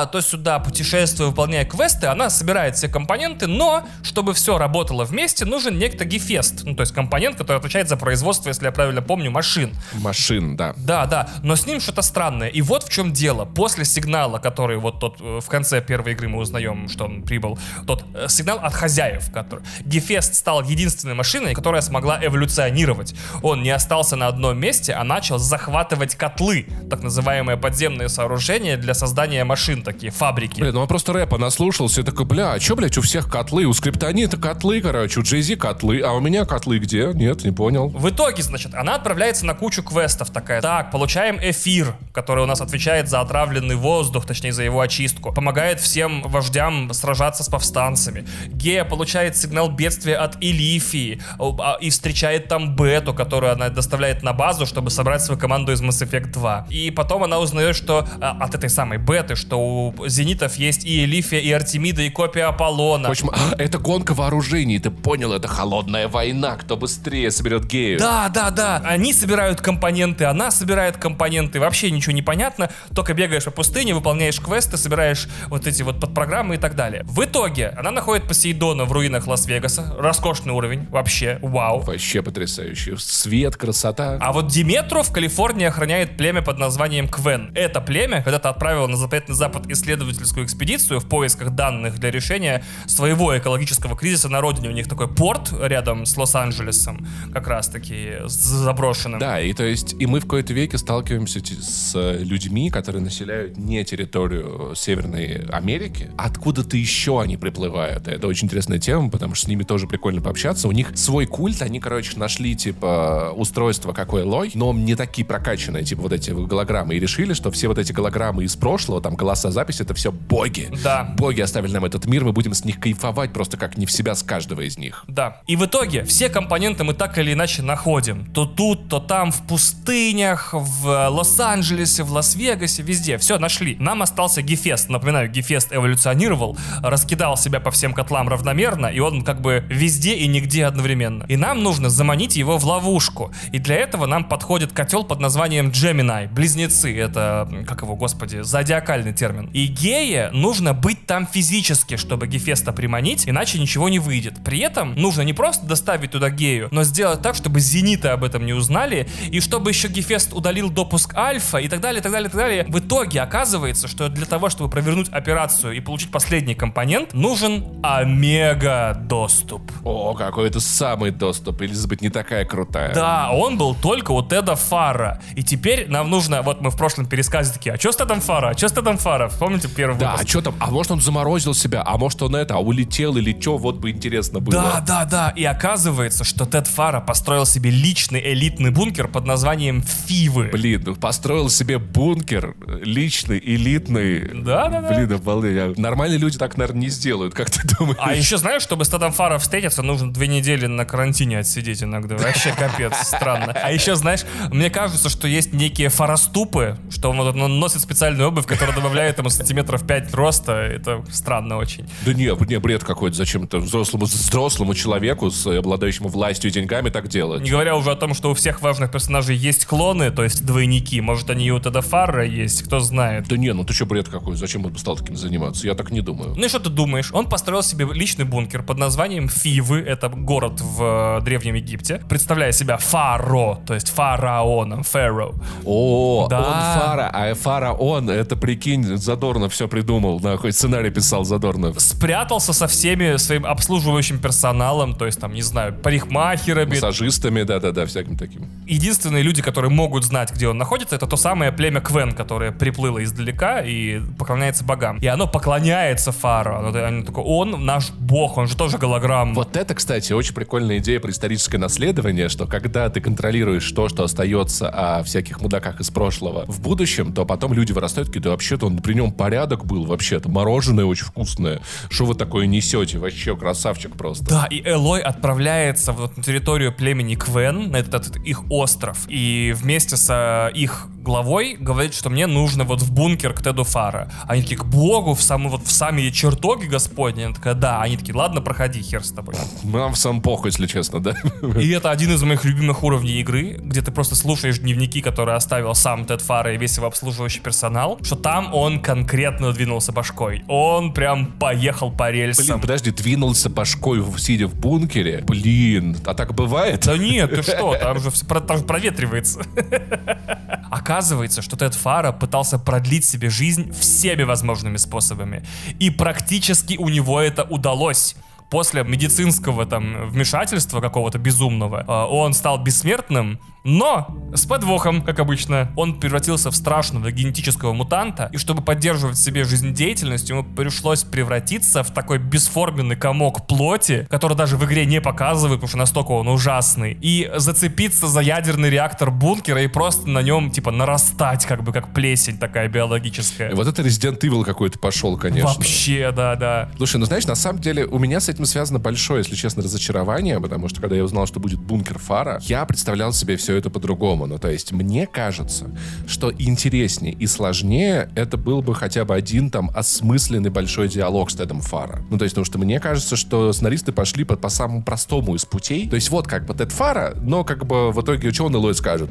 Speaker 2: туда, то сюда, путешествуя, выполняя квесты, она собирает все компоненты, но чтобы все работало вместе, нужен некто Гефест. Ну, то есть компонент, который отвечает за производство, если я правильно помню, машин.
Speaker 1: Машин, да.
Speaker 2: Да, да, но с ним что-то странное. И вот в чем дело. После сигнала, который вот тот в конце первой игры мы узнаем, что он прибыл, тот э, сигнал от хозяев, который... Гефест стал единственной машиной, которая смогла эволюционировать. Он не остался на одном месте, а начал захватывать котлы, так называемые подземные сооружения для создания машин, такие фабрики.
Speaker 1: Блин, ну он просто рэпа наслушался и такой, бля, а чё, блядь, у всех котлы? У Скриптонита котлы, короче, у Джей-Зи котлы, а у меня котлы где? Нет, не понял.
Speaker 2: В итоге, значит, она отправляется на кучу квестов такая. Так, получаем эфир, который у нас отвечает за отравленный воздух, точнее, за его очистку. Помогает всем вождям сражаться с повстанцами. Гея получает сигнал бедствия от Илифии и встречает там Бету, которую она доставляет на базу, чтобы собрать свою команду из Mass Effect два. И потом она узнает, что а, от этой самой Беты, что у Зенитов есть и Элифия, и Артемида, и копия Аполлона.
Speaker 1: В общем, это гонка вооружений, ты понял, это холодная война, кто быстрее соберет Гею.
Speaker 2: Да, да, да, они собирают компоненты, она собирает компоненты, вообще ничего не понятно, только бегаешь по пустыне, выполняешь квесты, собираешь вот эти вот подпрограммы и так далее. В итоге она находит Посейдона в руинах Лас-Вегаса, роскошный уровень, вообще, вау.
Speaker 1: Вообще потрясающий, свет, красота.
Speaker 2: А вот Диметру в Калифорнии охраняет племя под названием Квен. Это племя когда-то отправило на запретный запад исследовательскую экспедицию в поисках данных для решения своего экологического кризиса на родине. У них такой порт рядом с Лос-Анджелесом, как раз таки заброшенным.
Speaker 1: Да, и то есть, и мы в какой-то веке сталкиваемся с людьми, которые населяют не территорию Северной Америки, откуда-то еще они приплывают. Это очень интересная тема, потому что с ними тоже прикольно пообщаться. У них свой культ, они, короче, нашли, типа, устройство как у Элой, но не такие прокачанные, типа, вот эти голограммы, и решили, что все вот эти голограммы из прошлого, там, голоса, записи, это все боги.
Speaker 2: Да.
Speaker 1: Боги оставили нам этот мир, мы будем с них кайфовать просто как не в себя с каждого из них.
Speaker 2: Да. И в итоге все компоненты мы так или иначе находим. То тут, то там, в пустынях, в Лос-Анджелесе, в Лас-Вегасе, везде. Все нашли. Нам остался Гефест. Напоминаю, Гефест эволюционировал, раскидал себя по всем котлам равномерно, и он как бы везде и нигде одновременно. И нам нужно заманить его в ловушку. И для этого нам подходит котел под названием Gemini. Близнецы. Это, как его, господи, зодиакальный термин. И Гее нужно быть там физически, чтобы Гефеста приманить, иначе ничего не выйдет. При этом нужно не просто доставить туда Гею, но сделать так, чтобы Зениты об этом не узнали, и чтобы еще Гефест удалил допуск Альфа, и так далее, и так далее, и так далее. В итоге оказывается, что для того, чтобы провернуть операцию и получить последний компонент, нужен омега-доступ.
Speaker 1: О, какой это самый доступ. Элизабет не такая крутая.
Speaker 2: Да, он был только у Теда Фарра. И теперь нам нужно, вот мы в прошлом пересказе такие, а что с Тедом Фарра? А что с Тедом Фарра? Помните первый
Speaker 1: да,
Speaker 2: выпуск?
Speaker 1: А что там? А может он заморозил себя? А может он это, а улетел или что? Вот бы интересно было.
Speaker 2: Да, да, да. И оказывается, что Тед Фарра построил себе личный элитный бункер под названием Фивы.
Speaker 1: Блин, ну построил себе бункер личный, элитный.
Speaker 2: Да, да, да.
Speaker 1: Блин, обалдеть. Нормальные люди так, наверное, не сделают, как ты думаешь?
Speaker 2: А еще знаешь, чтобы с Тедом Фарра встретиться, нужно две недели на карантине отсидеть иногда. Вообще капец, странно. А еще, знаешь, мне кажется, что есть некие фараступы, что он, он носит специальную обувь, которая добавляет ему сантиметров пять роста. Это странно очень.
Speaker 1: Да не, не бред какой-то. Зачем это взрослому, взрослому человеку, с обладающему властью и деньгами, так делать?
Speaker 2: Не говоря уже о том, что у всех важных персонажей есть клоны, то есть двойники. Может, они и у Теда Фарра есть, кто знает.
Speaker 1: Да не, ну ты что, бред какой? Зачем он стал таким заниматься? Я так не думаю.
Speaker 2: Ну и что ты думаешь? Он построил себе личный бункер под названием Фивы. Это город в э, Древнем Египте. Представляя себя фаро, то есть фараоном, фаро.
Speaker 1: О,
Speaker 2: да.
Speaker 1: он фара, а фараон, это, прикинь, Задорнов все придумал. Нахуй, сценарий писал Задорнов.
Speaker 2: Спрятался со всеми своим обслуживающим персоналом, то есть там, не знаю, парикмахерами.
Speaker 1: Массажистами, да-да-да, всяким таким.
Speaker 2: Единственные люди, которые могут знать, где он находится, это то самое племя Квен, которое приплыло издалека и поклоняется богам. И оно поклоняется Фаро. Оно такое, он наш бог, он же тоже голограмма.
Speaker 1: Вот это, кстати, очень прикольная идея про историческое наследование, что когда ты контролируешь то, что остается о всяких мудаках из прошлого в будущем, то потом люди вырастают, такие, да вообще-то он, при нем порядок был, вообще-то мороженое очень вкусное. Что вы такое несете? Вообще красавчик просто.
Speaker 2: Да, и Элой отправляется вот на территорию племени Квен, на этот, этот их остров, и вместе с их главой говорит, что мне нужно вот в бункер к Теду Фара. Они такие, к богу, в, самые, вот в сами чертоги Господни. Она такая, да. Они такие, ладно, проходи, хер с тобой.
Speaker 1: Нам в сам похуй, если честно, да?
Speaker 2: И это один из моих любимых уровней игры, где ты просто слушаешь дневники, которые оставил сам Тед Фара и весь его обслуживающий персонал, что там он конкретно двинулся башкой. Он прям поехал по рельсам.
Speaker 1: Блин, подожди, двинулся башкой, сидя в бункере? Блин, а так бывает?
Speaker 2: Да нет, ты что, там же все, там же проветривается. Оказывается, что Тед Фара пытался продлить себе жизнь всеми возможными способами. И практически у него это удалось. После медицинского там вмешательства какого-то безумного он стал бессмертным, но с подвохом, как обычно. Он превратился в страшного генетического мутанта, и чтобы поддерживать в себе жизнедеятельность, ему пришлось превратиться в такой бесформенный комок плоти, который даже в игре не показывают, потому что настолько он ужасный, и зацепиться за ядерный реактор бункера и просто на нем, типа, нарастать, как бы, как плесень такая биологическая.
Speaker 1: И вот это Resident Evil какой-то пошел, конечно.
Speaker 2: Вообще, да-да.
Speaker 1: Слушай, ну знаешь, на самом деле у меня с этим связано большое, если честно, разочарование, потому что когда я узнал, что будет бункер Фара, я представлял себе все это по-другому. Ну, то есть, мне кажется, что интереснее и сложнее это был бы хотя бы один там осмысленный большой диалог с Тедом Фара. Ну, то есть, потому что мне кажется, что сценаристы пошли по, по самому простому из путей. То есть, вот как бы Тед Фара, но как бы в итоге, что он Элой скажет?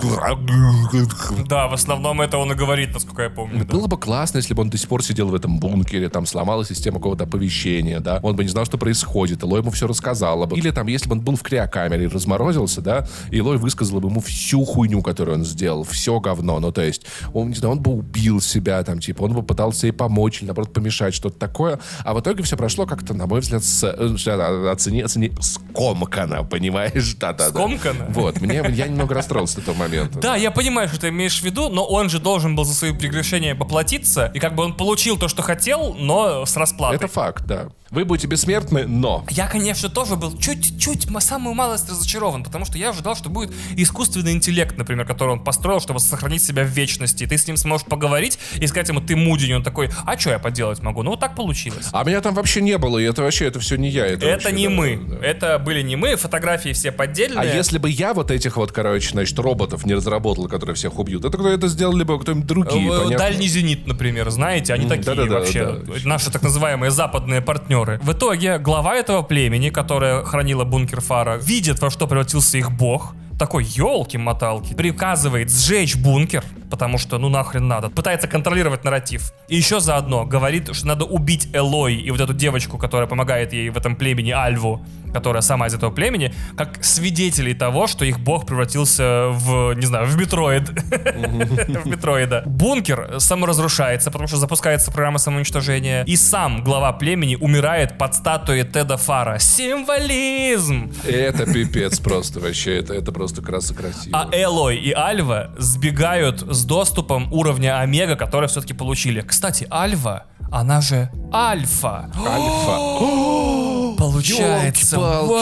Speaker 2: Да, в основном это он и говорит, насколько я помню.
Speaker 1: Было бы классно, если бы он до сих пор сидел в этом бункере, там сломалась система какого-то оповещения, да, он бы не знал, что происходит, Элой ему все рассказала бы. Или там, если бы он был в криокамере и разморозился, да, и Элой высказала бы ему всю хуйню, которую он сделал, все говно, ну, то есть, он, не знаю, он бы убил себя, там, типа, он бы пытался ей помочь, или, наоборот, помешать, что-то такое, а в итоге все прошло как-то, на мой взгляд, с, оцени, оцени, скомкано, понимаешь? Да-да-да.
Speaker 2: Скомкано?
Speaker 1: Вот, мне, я немного расстроился с этого момента.
Speaker 2: Да, я понимаю, что ты имеешь в виду, но он же должен был за свои прегрешения поплатиться, и как бы он получил то, что хотел, но с расплатой.
Speaker 1: Это факт, да. Вы будете бессмертны, но...
Speaker 2: Я, конечно, тоже был чуть-чуть, самую малость разочарован, потому что я ожидал, что будет искусственный интеллект, например, который он построил, чтобы сохранить себя в вечности. И ты с ним сможешь поговорить и сказать ему, ты мудень, и он такой, а что я поделать могу? Ну, вот так получилось.
Speaker 1: А меня там вообще не было, и это вообще, это все не я.
Speaker 2: Это,
Speaker 1: это
Speaker 2: вообще,
Speaker 1: не
Speaker 2: да,
Speaker 1: мы.
Speaker 2: Да. Это были не мы, фотографии все поддельные.
Speaker 1: А если бы я вот этих вот, короче, значит, роботов не разработал, которые всех убьют, это кто это сделали бы кто-нибудь другие,
Speaker 2: э,
Speaker 1: понятно?
Speaker 2: Дальний зенит, например, знаете, они mm, такие да-да-да, вообще, да, наши так называемые западные партнеры. В итоге глава этого племени, которое хранило бункер Фара, видит, во что превратился их бог, такой, елки-моталки, приказывает сжечь бункер, потому что, ну нахрен надо, пытается контролировать нарратив. И еще заодно говорит, что надо убить Элой и вот эту девочку, которая помогает ей в этом племени, Альву, которая сама из этого племени, как свидетелей того, что их бог превратился в, не знаю, в Метроид. В Метроида. Бункер саморазрушается, потому что запускается программа самоуничтожения. И сам глава племени умирает под статуей Теда Фара. Символизм!
Speaker 1: Это пипец просто вообще. Это, это просто красиво.
Speaker 2: А Элой и Альва сбегают с доступом уровня Омега, который все-таки получили. Кстати, Альва, она же Альфа.
Speaker 1: Альфа.
Speaker 2: Получается.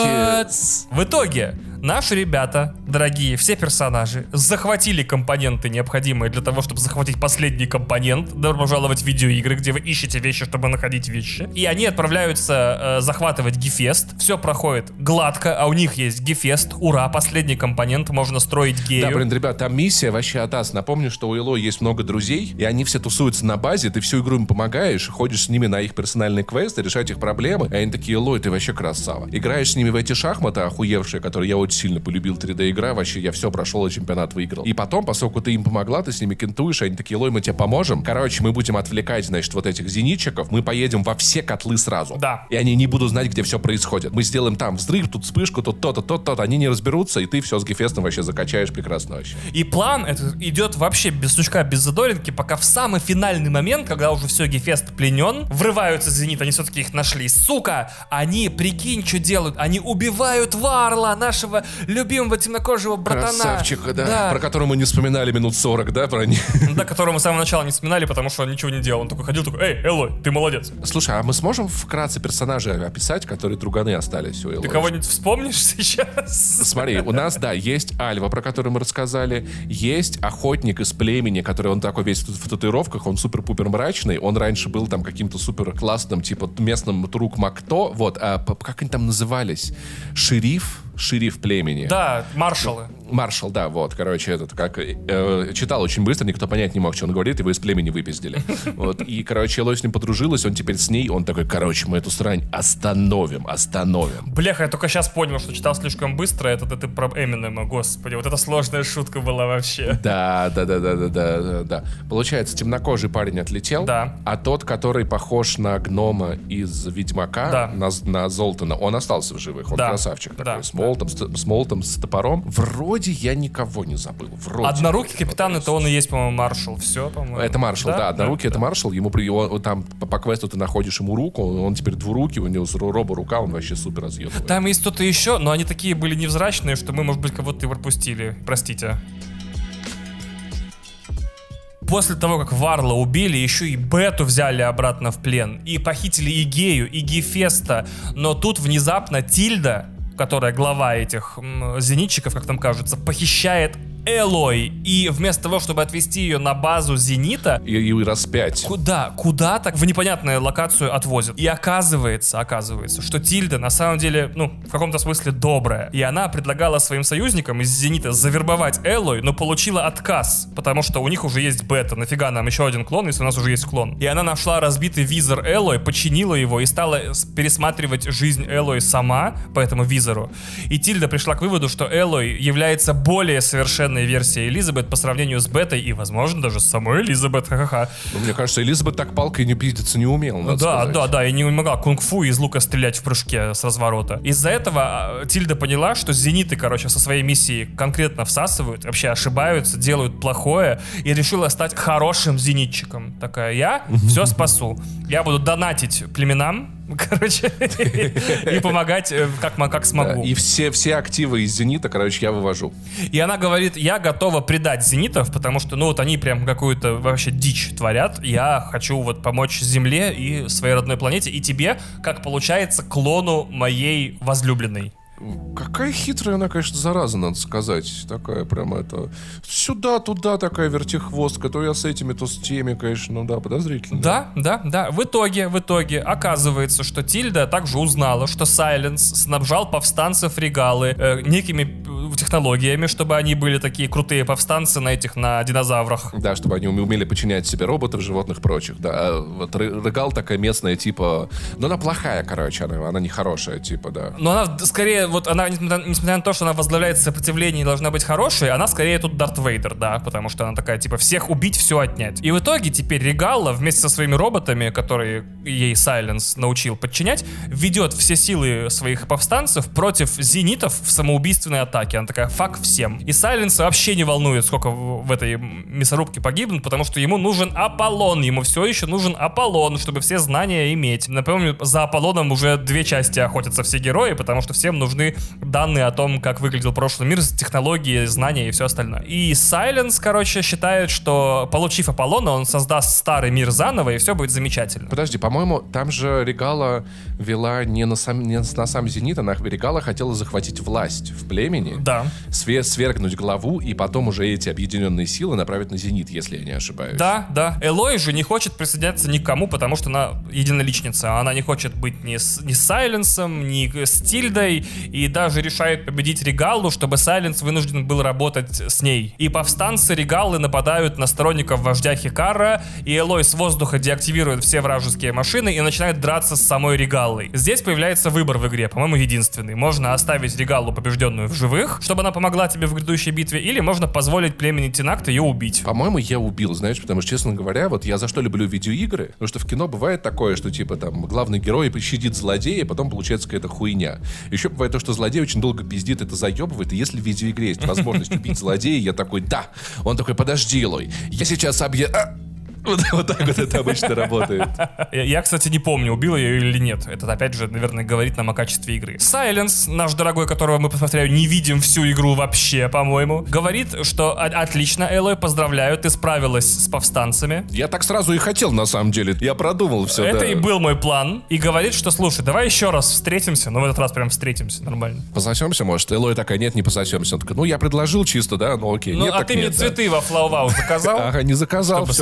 Speaker 2: В итоге наши ребята, дорогие, все персонажи, захватили компоненты, необходимые для того, чтобы захватить последний компонент. Добро пожаловать в видеоигры, где вы ищете вещи, чтобы находить вещи. И они отправляются э, захватывать Гефест. Все проходит гладко, а у них есть Гефест. Ура, последний компонент, можно строить гею.
Speaker 1: Да, блин, ребят, там миссия вообще атас. Напомню, что у Элой есть много друзей, и они все тусуются на базе, ты всю игру им помогаешь, ходишь с ними на их персональные квесты, решать их проблемы, и они такие, Элой, ты вообще красава. Играешь с ними в эти шахматы охуевшие, которые я очень сильно полюбил, три дэ-игра, вообще я все прошел и чемпионат выиграл. И потом, поскольку ты им помогла, ты с ними кентуешь, они такие, Лой, мы тебе поможем. Короче, мы будем отвлекать, значит, вот этих зенитчиков, мы поедем во все котлы сразу.
Speaker 2: Да.
Speaker 1: И они не будут знать, где все происходит. Мы сделаем там взрыв, тут вспышку, тут то-то, то-то, то-то. Они не разберутся, и ты все с Гефестом вообще закачаешь прекрасно вообще.
Speaker 2: И план этот идет вообще без сучка, без задоринки, пока в самый финальный момент, когда уже все, Гефест пленен, врываются зенит, они все-таки их нашли. Сука! Они, прикинь, что делают? Они убивают Варла, нашего любимого темнокожего братана.
Speaker 1: Красавчика, да. да. Про которого мы не вспоминали минут сорок, да, про них?
Speaker 2: Да, которого мы с самого начала не вспоминали, потому что он ничего не делал. Он такой ходил, такой, эй, Элой, ты молодец.
Speaker 1: Слушай, а мы сможем вкратце персонажей описать, которые друганы остались у Элой?
Speaker 2: Ты кого-нибудь вспомнишь сейчас?
Speaker 1: Смотри, у нас, да, есть Альва, про которую мы рассказали, есть охотник из племени, который, он такой весь в татуировках, он супер-пупер мрачный, он раньше был там каким-то супер классным, типа, местным Турук Макто, вот, а как они там назывались? Шериф? шериф племени.
Speaker 2: Да, маршалы.
Speaker 1: Маршал, да, вот, короче, этот, как, э, читал очень быстро, никто понять не мог, что он говорит, его из племени выпиздили. Вот, и, короче, Элой с ним подружилась, он теперь с ней, он такой, короче, мы эту срань остановим, остановим.
Speaker 2: Бляха, я только сейчас понял, что читал слишком быстро, это ты про Эминема, господи, вот это сложная шутка была вообще.
Speaker 1: Да, да, да, да, да, да, да. Получается, темнокожий парень отлетел,
Speaker 2: да.
Speaker 1: а тот, который похож на гнома из Ведьмака, да. на, на Золтана, он остался в живых, он да. красавчик такой, да. с молотом, с, с молотом, с топором. Вроде я никого не забыл. Вроде.
Speaker 2: Однорукий капитан, это он и есть, по-моему, маршал. Все, по-моему.
Speaker 1: Это маршал, да. да однорукий да, это да. маршал. Ему при, он, там по, по квесту ты находишь ему руку, он теперь двурукий, у него робо-рука, он вообще супер разъебывает.
Speaker 2: Там есть кто-то еще, но они такие были невзрачные, что мы, может быть, кого-то и пропустили. Простите. После того, как Варла убили, еще и Бету взяли обратно в плен. И похитили и Гею, и Гефеста. Но тут внезапно Тильда, которая глава этих м, зенитчиков, как там кажется, похищает Элой. И вместо того, чтобы отвезти ее на базу Зенита...
Speaker 1: И, и распять.
Speaker 2: Куда? Куда-то в непонятную локацию отвозят. И оказывается, оказывается, что Тильда на самом деле, ну, в каком-то смысле добрая. И она предлагала своим союзникам из Зенита завербовать Элой, но получила отказ. Потому что у них уже есть Бета. Нафига нам еще один клон, если у нас уже есть клон? И она нашла разбитый визор Элой, починила его и стала пересматривать жизнь Элой сама по этому визору. И Тильда пришла к выводу, что Элой является более совершенной версия Элизабет по сравнению с Бетой и, возможно, даже с самой Элизабет. Ха-ха-ха.
Speaker 1: Ну, мне кажется, Элизабет так палкой не пиздиться не умела, надо
Speaker 2: Да,
Speaker 1: сказать.
Speaker 2: да, да, и не могла кунг-фу из лука стрелять в прыжке с разворота. Из-за этого Тильда поняла, что зениты, короче, со своей миссией конкретно всасывают, вообще ошибаются, делают плохое, и решила стать хорошим зенитчиком. Такая, я все спасу. Я буду донатить племенам, короче, и помогать как, как смогу.
Speaker 1: Да, и все, все активы из Зенита, короче, я вывожу.
Speaker 2: И она говорит, я готова предать Зенитов, потому что, ну, вот они прям какую-то вообще дичь творят. Я хочу вот помочь Земле и своей родной планете, и тебе, как получается, клону моей возлюбленной.
Speaker 1: Какая хитрая она, конечно, зараза, надо сказать. Такая прямо это... Сюда-туда такая вертихвостка. То я с этими, то с теми, конечно. Ну да, подозрительно.
Speaker 2: Да, да, да. В итоге, в итоге оказывается, что Тильда также узнала, что Сайленс снабжал повстанцев Регалы э, некими технологиями, чтобы они были такие крутые повстанцы на этих, на динозаврах.
Speaker 1: Да, чтобы они умели подчинять себе роботов, животных, прочих. Да, а вот Регал такая местная, типа... Ну, она плохая, короче, она, она нехорошая, типа, да.
Speaker 2: Но она скорее... Вот она, несмотря на то, что она возглавляет сопротивление и должна быть хорошей, она скорее тут Дарт Вейдер, да, потому что она такая, типа, всех убить, все отнять. И в итоге теперь Регалла вместе со своими роботами, которые ей Сайленс научил подчинять, ведет все силы своих повстанцев против зенитов в самоубийственной атаке. Она такая, фак всем. И Сайленс вообще не волнует, сколько в, в этой мясорубке погибнут, потому что ему нужен Аполлон, ему все еще нужен Аполлон, чтобы все знания иметь. Напомню, за Аполлоном уже две части охотятся все герои, потому что всем нужны данные о том, как выглядел прошлый мир, технологии, знания и все остальное. И Сайленс, короче, считает, что, получив Аполлона, он создаст старый мир заново, и все будет замечательно.
Speaker 1: Подожди, по-моему, там же Регала вела не на сам, не на сам Зенит, она Регала хотела захватить власть в племени,
Speaker 2: да.
Speaker 1: свер- свергнуть главу, и потом уже эти объединенные силы направить на Зенит, если я не ошибаюсь.
Speaker 2: Да, да. Элой же не хочет присоединяться ни к кому, потому что она единоличница. Она не хочет быть ни с, ни с Сайленсом, ни с Тильдой, и даже решает победить Регаллу, чтобы Сайленс вынужден был работать с ней. И повстанцы Регаллы нападают на сторонников вождя Хикара, и Элой с воздуха деактивирует все вражеские машины и начинает драться с самой Регаллой. Здесь появляется выбор в игре, по-моему, единственный. Можно оставить Регаллу побежденную в живых, чтобы она помогла тебе в грядущей битве, или можно позволить племени Тинакта ее убить.
Speaker 1: По-моему, я убил, знаешь, потому что, честно говоря, вот я за что люблю видеоигры, потому что в кино бывает такое, что типа там главный герой пощадит злодея, и потом получается какая-то хуйня. Еще бывает то, что злодей очень долго пиздит, это заебывает, и если в видеоигре есть возможность убить злодея, я такой, да. Он такой, подожди, Элой, я сейчас объ... Вот, вот так вот это обычно работает.
Speaker 2: Я, я, кстати, не помню, убил ее или нет. Это, опять же, наверное, говорит нам о качестве игры. Сайленс, наш дорогой, которого мы, повторяю, не видим всю игру вообще, по-моему, говорит, что отлично, Элой, поздравляю, ты справилась с повстанцами.
Speaker 1: Я так сразу и хотел, на самом деле. Я продумал все.
Speaker 2: Это
Speaker 1: да.
Speaker 2: и был мой план. И говорит, что, слушай, давай еще раз встретимся. Но в этот раз прям встретимся, нормально.
Speaker 1: Пососемся, может? Элой такая, нет, не пососемся. Он такой, ну, я предложил чисто, да, ну окей.
Speaker 2: Ну,
Speaker 1: нет,
Speaker 2: а
Speaker 1: так
Speaker 2: ты
Speaker 1: нет,
Speaker 2: мне
Speaker 1: да.
Speaker 2: цветы во Флау-Вау заказал?
Speaker 1: Ага, не заказал, все, пошел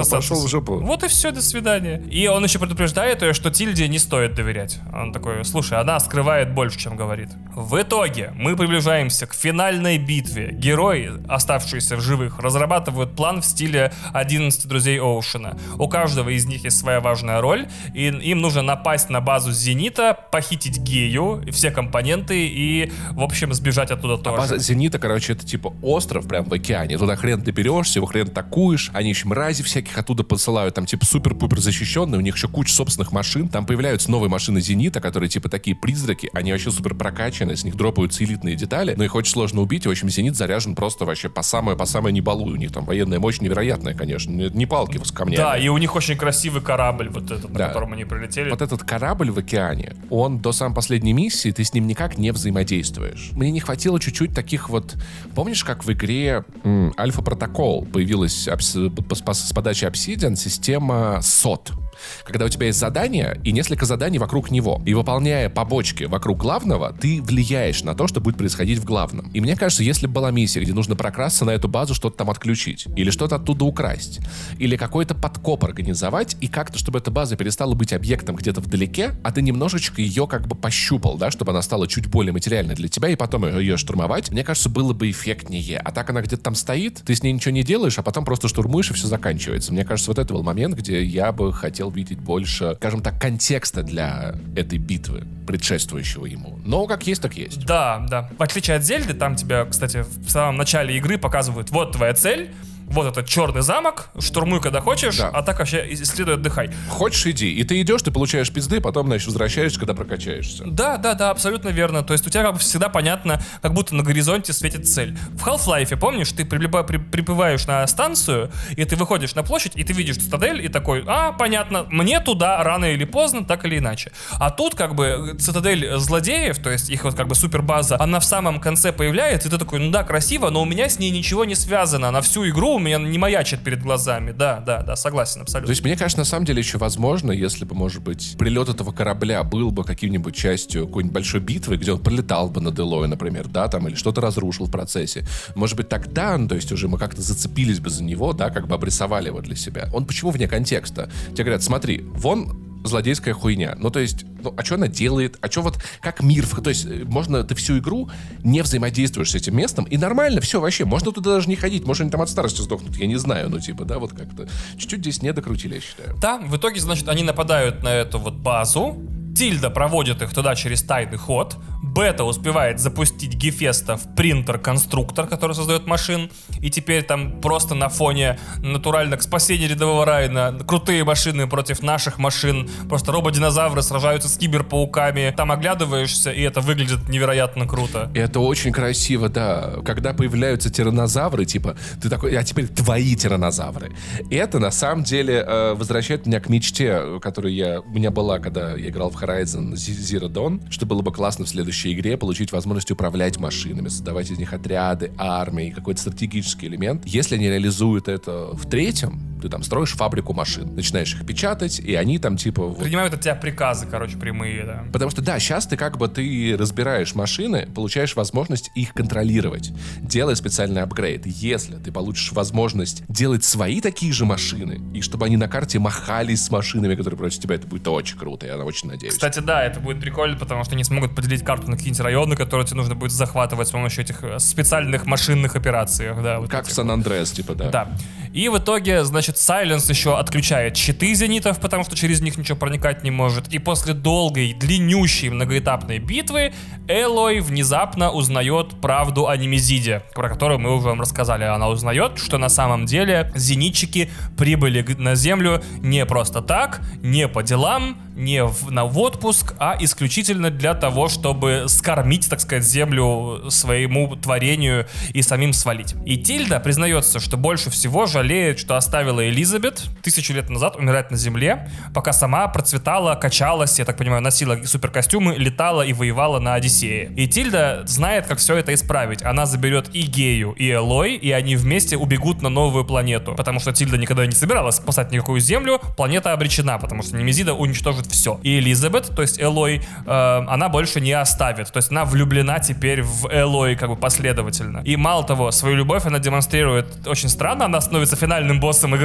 Speaker 1: жопу.
Speaker 2: Вот и все, до свидания. И он еще предупреждает ее, что Тильде не стоит доверять. Он такой: слушай, она скрывает больше, чем говорит. В итоге мы приближаемся к финальной битве. Герои, оставшиеся в живых, разрабатывают план в стиле одиннадцати друзей Оушена. У каждого из них есть своя важная роль, и им нужно напасть на базу Зенита, похитить Гею, все компоненты и, в общем, сбежать оттуда тоже.
Speaker 1: А база Зенита, короче, это типа остров прям в океане. Туда хрен ты берешься, его хрен такуешь. Они еще мрази всяких оттуда посылают, там типа супер-пупер защищенные, у них еще куча собственных машин. Там появляются новые машины Зенита, которые типа такие призраки, они вообще супер прокачаны, с них дропаются элитные детали, но их очень сложно убить, и, в общем, Зенит заряжен просто вообще по самое, по самое не балуй. У них там военная мощь невероятная, конечно, не палки с камнями.
Speaker 2: Да, и у них очень красивый корабль, вот этот,
Speaker 1: да.
Speaker 2: на котором они прилетели.
Speaker 1: Вот этот корабль в океане, он до самой последней миссии, ты с ним никак не взаимодействуешь. Мне не хватило чуть-чуть таких вот... Помнишь, как в игре м, Альфа Протокол появилась обс... с подачи Obsidian система сот? Когда у тебя есть задание и несколько заданий вокруг него. И выполняя побочки вокруг главного, ты влияешь на то, что будет происходить в главном. И мне кажется, если бы была миссия, где нужно прокрасться на эту базу, что-то там отключить, или что-то оттуда украсть, или какой-то подкоп организовать, и как-то, чтобы эта база перестала быть объектом где-то вдалеке, а ты немножечко ее как бы пощупал, да, чтобы она стала чуть более материальной для тебя, и потом ее штурмовать, мне кажется, было бы эффектнее. А так она где-то там стоит, ты с ней ничего не делаешь, а потом просто штурмуешь, и все заканчивается. Мне кажется, вот это был момент, где я бы хотел видеть больше, скажем так, контекста для этой битвы, предшествующего ему. Но как есть, так есть.
Speaker 2: Да, да. В отличие от Зельды, там тебя, кстати, в самом начале игры показывают: вот твоя цель, вот этот черный замок, штурмуй, когда хочешь, да. А так вообще исследуй, отдыхай.
Speaker 1: Хочешь, иди. И ты идешь, ты получаешь пизды, потом, значит, возвращаешься, когда прокачаешься.
Speaker 2: Да, да, да, абсолютно верно. То есть у тебя как бы всегда понятно, как будто на горизонте светит цель. В Half-Life, помнишь, ты прибыва, при, прибываешь на станцию, и ты выходишь на площадь, и ты видишь цитадель, и такой: а, понятно, мне туда рано или поздно, так или иначе. А тут как бы цитадель злодеев, то есть их вот как бы супербаза, она в самом конце появляется, и ты такой: ну да, красиво, но у меня с ней ничего не связано. На всю игру у меня не маячит перед глазами. Да, да, да, согласен абсолютно.
Speaker 1: То есть мне кажется, на самом деле еще возможно, если бы, может быть, прилет этого корабля был бы каким-нибудь частью какой-нибудь большой битвы, где он прилетал бы над Элой, например, да, там, или что-то разрушил в процессе. Может быть, тогда, ну, то есть уже мы как-то зацепились бы за него, да, как бы обрисовали его для себя. Он почему вне контекста? Тебе говорят: смотри, вон злодейская хуйня. Ну, то есть, ну, а что она делает? А что вот, как мир? То есть, можно, ты всю игру не взаимодействуешь с этим местом, и нормально, все, вообще, можно туда даже не ходить, может, они там от старости сдохнут, я не знаю, ну, типа, да, вот как-то. Чуть-чуть здесь не докрутили, я считаю.
Speaker 2: Да, в итоге, значит, они нападают на эту вот базу, Тильда проводит их туда через тайный ход, Бета успевает запустить Гефеста в принтер-конструктор, который создает машин, и теперь там просто на фоне натурально к спасению рядового Райана крутые машины против наших машин, просто рободинозавры сражаются с киберпауками, там оглядываешься, и это выглядит невероятно круто.
Speaker 1: Это очень красиво, да. Когда появляются тираннозавры, типа, ты такой: а теперь твои тираннозавры. Это, на самом деле, возвращает меня к мечте, которая я, у меня была, когда я играл в Horizon Zero Dawn, что было бы классно в следующей игре получить возможность управлять машинами, создавать из них отряды, армии, какой-то стратегический элемент. Если они реализуют это в третьем, ты там строишь фабрику машин, начинаешь их печатать, и они там типа... Вот...
Speaker 2: принимают от тебя приказы, короче, прямые, да.
Speaker 1: Потому что, да, сейчас ты как бы ты разбираешь машины, получаешь возможность их контролировать, делая специальный апгрейд. Если ты получишь возможность делать свои такие же машины, и чтобы они на карте махались с машинами, которые против тебя, это будет очень круто, я очень надеюсь.
Speaker 2: Кстати, да, это будет прикольно, потому что они смогут поделить карту на какие-нибудь районы, которые тебе нужно будет захватывать с помощью этих специальных машинных операций. Да, вот
Speaker 1: как в Сан-Андреас, типа, да.
Speaker 2: Да. И в итоге, значит, Сайленс еще отключает щиты зенитов, потому что через них ничего проникать не может. И после долгой, длиннющей многоэтапной битвы Элой внезапно узнает правду о Немезиде, про которую мы уже вам рассказали. Она узнает, что на самом деле зенитчики прибыли на Землю не просто так, не по делам, не в, на в отпуск, а исключительно для того, чтобы скормить, так сказать, Землю своему творению и самим свалить. И Тильда признается, что больше всего жалеет, что оставила Элизабет тысячу лет назад умирать на Земле, пока сама процветала, качалась, я так понимаю, носила суперкостюмы, летала и воевала на Одиссее. И Тильда знает, как все это исправить. Она заберет и Гею, и Элой, и они вместе убегут на новую планету. Потому что Тильда никогда не собиралась спасать никакую Землю, планета обречена, потому что Немезида уничтожит все. И Элизабет, то есть Элой, э, она больше не оставит. То есть она влюблена теперь в Элой как бы последовательно. И мало того, свою любовь она демонстрирует очень странно. Она становится финальным боссом игры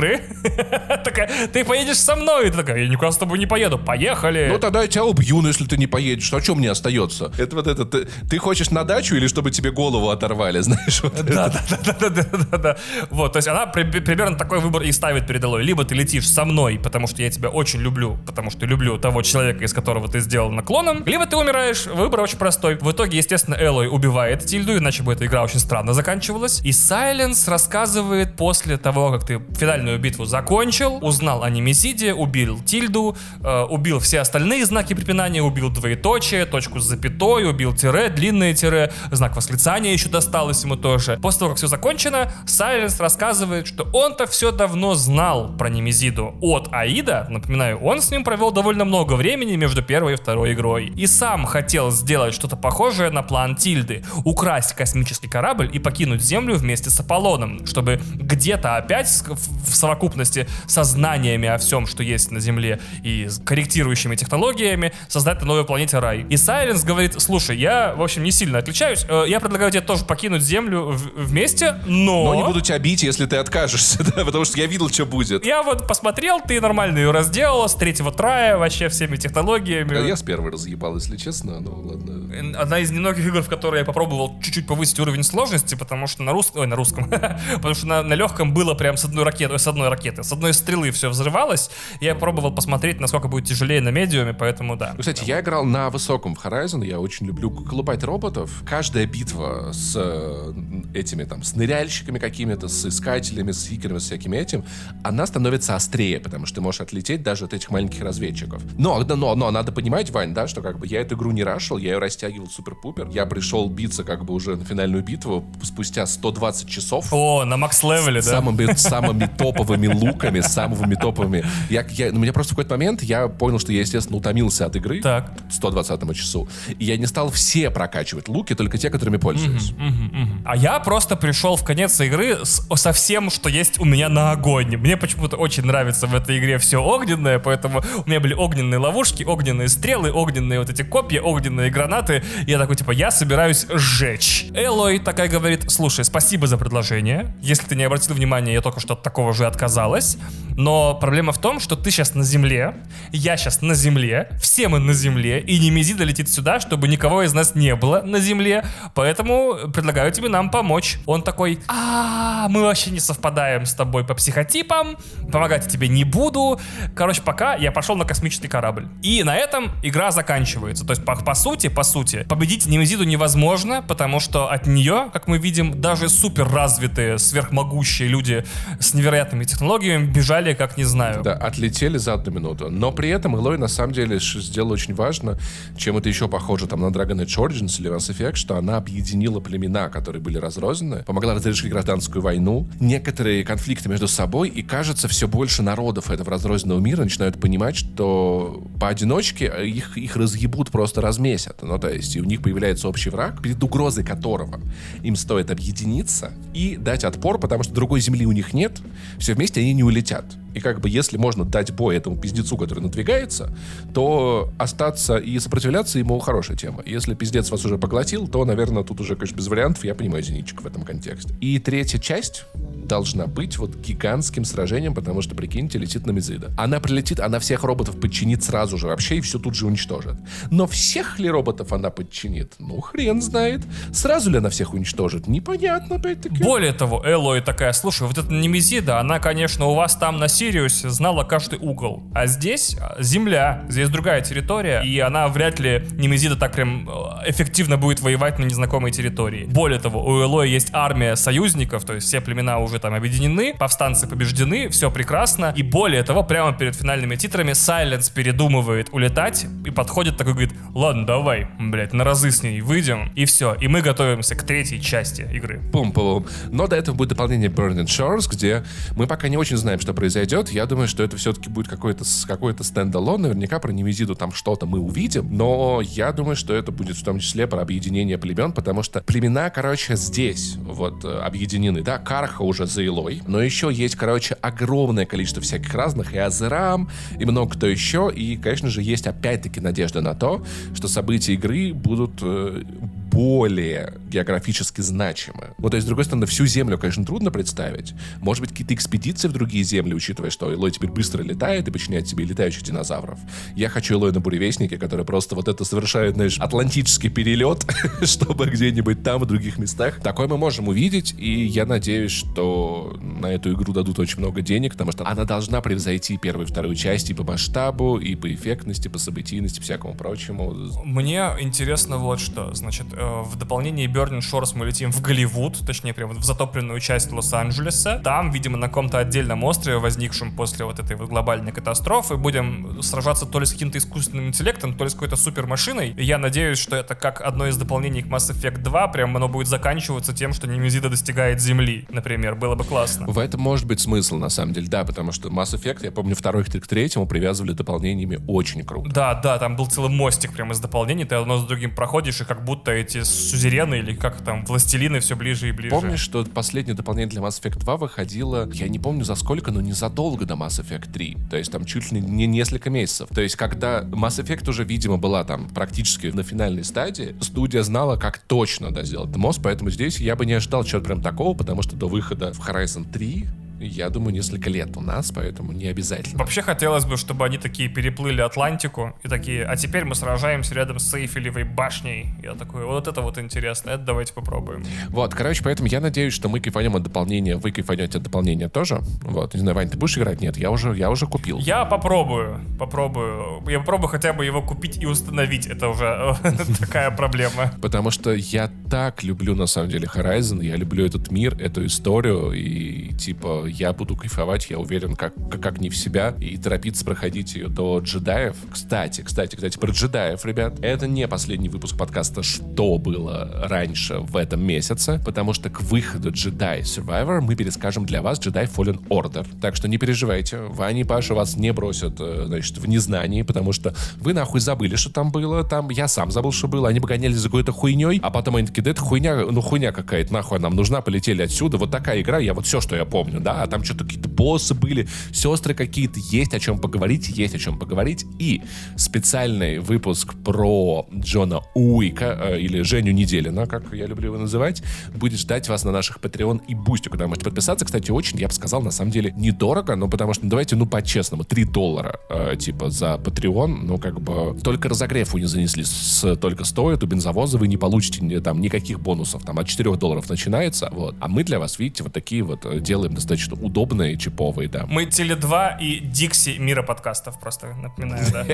Speaker 2: игры. Такая, ты поедешь со мной. И ты такая, я никуда с тобой не поеду. Поехали.
Speaker 1: Ну тогда я тебя убью, ну если ты не поедешь. Что, что мне остается? Это вот это, ты, ты хочешь на дачу или чтобы тебе голову оторвали, знаешь? Вот
Speaker 2: да, да, да, да, да, да, да. Вот, то есть она при, примерно такой выбор и ставит перед Элой. Либо ты летишь со мной, потому что я тебя очень люблю, потому что люблю того человека, из которого ты сделал клоном, либо ты умираешь. Выбор очень простой. В итоге, естественно, Элой убивает Тильду, иначе бы эта игра очень странно заканчивалась. И Сайленс рассказывает после того, как ты финальную битву закончил, узнал о Немезиде, убил Тильду, э, убил все остальные знаки препинания, убил двоеточие, точку с запятой, убил тире, длинное тире, знак восклицания еще досталось ему тоже. После того, как все закончено, Сайленс рассказывает, что он-то все давно знал про Немезиду от Аида. Напоминаю, он с ним провел довольно много времени между первой и второй игрой. И сам хотел сделать что-то похожее на план Тильды. Украсть космический корабль и покинуть Землю вместе с Аполлоном, чтобы где-то опять в совокупности со знаниями о всем, что есть на Земле, и с корректирующими технологиями создать на новой планете рай. И Сайленс говорит: слушай, я, в общем, не сильно отличаюсь, я предлагаю тебе тоже покинуть Землю в- вместе, но...
Speaker 1: Но не буду тебя бить, если ты откажешься, да, потому что я видел, что будет.
Speaker 2: Я вот посмотрел, ты нормально ее разделала с третьего трая, вообще всеми технологиями.
Speaker 1: Да, я с первой разъебал, если честно, ну ладно.
Speaker 2: Одна из немногих игр, в которой я попробовал чуть-чуть повысить уровень сложности, потому что на русском, ой, на русском, потому что на, на легком было прям с одной ракеты, с одной ракеты, с одной стрелы все взрывалось. Я пробовал посмотреть, насколько будет тяжелее на медиуме, поэтому да.
Speaker 1: Кстати, я играл на высоком в Horizon, я очень люблю колупать роботов. Каждая битва с э, этими там, с ныряльщиками какими-то, с искателями, с фикерами, с всякими этим, она становится острее, потому что ты можешь отлететь даже от этих маленьких разведчиков. Но, но, но надо понимать, Вань, да, что как бы я эту игру не рашил, я ее растягивал супер-пупер. Я пришел биться как бы уже на финальную битву спустя сто двадцать часов.
Speaker 2: О, на макс-левеле, да?
Speaker 1: Самыми, самыми топовыми луками, самыми топовыми. Я, я, ну, у меня просто в какой-то момент я понял, что я, естественно, утомился от игры
Speaker 2: так.
Speaker 1: в сто двадцатом часу. И я не стал все прокачивать луки, только те, которыми пользуюсь.
Speaker 2: Uh-huh, uh-huh, uh-huh. А я просто пришел в конец игры с, со всем, что есть у меня на огонь. Мне почему-то очень нравится в этой игре все огненное, поэтому у меня были огненные ловушки, огненные стрелы, огненные вот эти копья, огненные гранаты. И я такой, типа, я собираюсь сжечь. Элой такая говорит: слушай, спасибо за предложение. Если ты не обратил внимания, я только что от такого же отказалась. Но проблема в том, что ты сейчас на земле, я сейчас на земле, все мы на земле, и Немезида летит сюда, чтобы никого из нас не было на земле, поэтому предлагаю тебе нам помочь. Он такой: а мы вообще не совпадаем с тобой по психотипам, помогать я тебе не буду. Короче, пока я пошел на космический корабль. И на этом игра заканчивается. То есть, по, по сути, по сути, победить Немезиду невозможно, потому что от нее, как мы видим, даже супер развитые, сверхмогущие люди с невероятными технологиями бежали, как не знаю.
Speaker 1: Да, отлетели за одну минуту. Но при этом Элой на самом деле сделала очень важно, чем это еще похоже там на Dragon Age Origins или Mass Effect, что она объединила племена, которые были разрознены, помогла разрешить гражданскую войну, некоторые конфликты между собой, и кажется, все больше народов этого разрозненного мира начинают понимать, что поодиночке их, их разъебут, просто размесят. Ну, то есть, и у них появляется общий враг, перед угрозой которого им стоит объединиться и дать отпор, потому что другой земли у них нет, все вместе они не улетят. И как бы если можно дать бой этому пиздецу, который надвигается, то остаться и сопротивляться ему хорошая тема. Если пиздец вас уже поглотил, то, наверное, тут уже, конечно, без вариантов. Я понимаю Зенитчик в этом контексте. И третья часть должна быть вот гигантским сражением, потому что, прикиньте, летит Немезида. Она прилетит, она всех роботов подчинит сразу же вообще и все тут же уничтожит. Но всех ли роботов она подчинит? Ну, хрен знает. Сразу ли она всех уничтожит? Непонятно, опять-таки.
Speaker 2: Более того, Элой такая: слушай, вот эта Немезида, она, конечно, у вас там на Сириусе знала каждый угол. А здесь земля, здесь другая территория, и она вряд ли, Немезида, так прям эффективно будет воевать на незнакомой территории. Более того, у Элой есть армия союзников, то есть все племена уже там объединены, повстанцы побеждены, все прекрасно. И более того, прямо перед финальными титрами Сайленс передумывает улетать и подходит такой, говорит: ладно, давай, блядь, на разы с ней выйдем, и все. И мы готовимся к третьей части игры.
Speaker 1: Пум-пум. Но до этого будет дополнение Burning Shores, где мы пока не очень знаем, что произойдет. Я думаю, что это все-таки будет какой-то, какой-то стендалон. Наверняка про Немезиду там что-то мы увидим. Но я думаю, что это будет в том числе про объединение племен, потому что племена, короче, здесь вот объединены. Да, Карха уже за Элой, но еще есть, короче, огромное количество всяких разных, и Азерам, и много кто еще. И, конечно же, есть опять-таки надежда на то, что события игры будут э, более географически значимы. Ну, то есть, с другой стороны, всю Землю, конечно, трудно представить. Может быть, какие-то экспедиции в другие земли, учитывая, что Элой теперь быстро летает и подчиняет себе летающих динозавров. Я хочу Элой на буревестнике, который просто вот это совершает, знаешь, атлантический перелет, чтобы где-нибудь там, в других местах. Такое мы можем увидеть, и я надеюсь, что на эту игру дадут очень много денег, потому что она должна превзойти первую и вторую часть и по масштабу, и по эффектности, по событийности, всякому прочему.
Speaker 2: Мне интересно вот что. Значит, в дополнении Burning Shores мы летим в Голливуд, точнее, прям вот в затопленную часть Лос-Анджелеса. Там, видимо, на каком-то отдельном острове, возникшем после вот этой вот глобальной катастрофы, будем сражаться то ли с каким-то искусственным интеллектом, то ли с какой-то супермашиной. И я надеюсь, что это как одно из дополнений к Mass Effect два, прям оно будет заканчиваться тем, что Немезида достигает Земли, например. Было бы классно.
Speaker 1: В этом может быть смысл, на самом деле, да, потому что Mass Effect, я помню, второй к третьему привязывали дополнениями очень круто.
Speaker 2: Да, да, там был целый мостик прям из дополнений, ты одно за другим проходишь, и как будто эти сюзерены или как там властелины все ближе и ближе.
Speaker 1: Помнишь, что последнее дополнение для Mass Effect два выходило, я не помню за сколько, но незадолго до Mass Effect три. То есть там чуть ли не несколько месяцев. То есть когда Mass Effect уже, видимо, была там практически на финальной стадии, студия знала, как точно, да, сделать мост, поэтому здесь я бы не ожидал чего-то прям такого, потому что до выхода в Horizon три, я думаю, несколько лет у нас, поэтому не обязательно.
Speaker 2: Вообще хотелось бы, чтобы они такие переплыли Атлантику и такие, а теперь мы сражаемся рядом с Эйфелевой башней. Я такой, вот это вот интересно, это давайте попробуем.
Speaker 1: Вот, короче, поэтому я надеюсь, что мы кайфанем от дополнения, вы кайфанете от дополнения тоже. Вот, не знаю, Вань, ты будешь играть? Нет, я уже, я уже купил.
Speaker 2: Я попробую, попробую. Я попробую хотя бы его купить и установить, это уже такая проблема.
Speaker 1: Потому что я так люблю, на самом деле, Horizon, я люблю этот мир, эту историю, и типа я буду кайфовать, я уверен, как, как, как не в себя, и торопиться проходить ее до джедаев. Кстати, кстати, кстати, про джедаев, ребят, это не последний выпуск подкаста «Что было раньше в этом месяце», потому что к выходу Jedi Survivor мы перескажем для вас Jedi Fallen Order. Так что не переживайте, Ваня и Паша вас не бросят, значит, в незнании, потому что вы нахуй забыли, что там было, там я сам забыл, что было, они погонялись за какой-то хуйней, а потом они такие, да это хуйня, ну хуйня какая-то, нахуй нам нужна, полетели отсюда, вот такая игра, я вот все, что я помню, да, а там что-то какие-то боссы были, сестры какие-то, есть о чем поговорить, есть о чем поговорить. И специальный выпуск про Джона Уика, э, или Женю Неделина, как я люблю его называть, будет ждать вас на наших Patreon и Boosty, куда можете подписаться. Кстати, очень, я бы сказал, на самом деле, недорого, ну, потому что, ну, давайте, ну, по-честному, три доллара, э, типа, за Patreon, ну, как бы, только разогрев вы не занесли, с, только стоит, у бензовоза вы не получите там никаких бонусов, там, от четырех долларов начинается, вот. А мы для вас, видите, вот такие вот делаем достаточно удобные, чиповые, да.
Speaker 2: Мы Теле два и Дикси мира подкастов, просто напоминаю, да.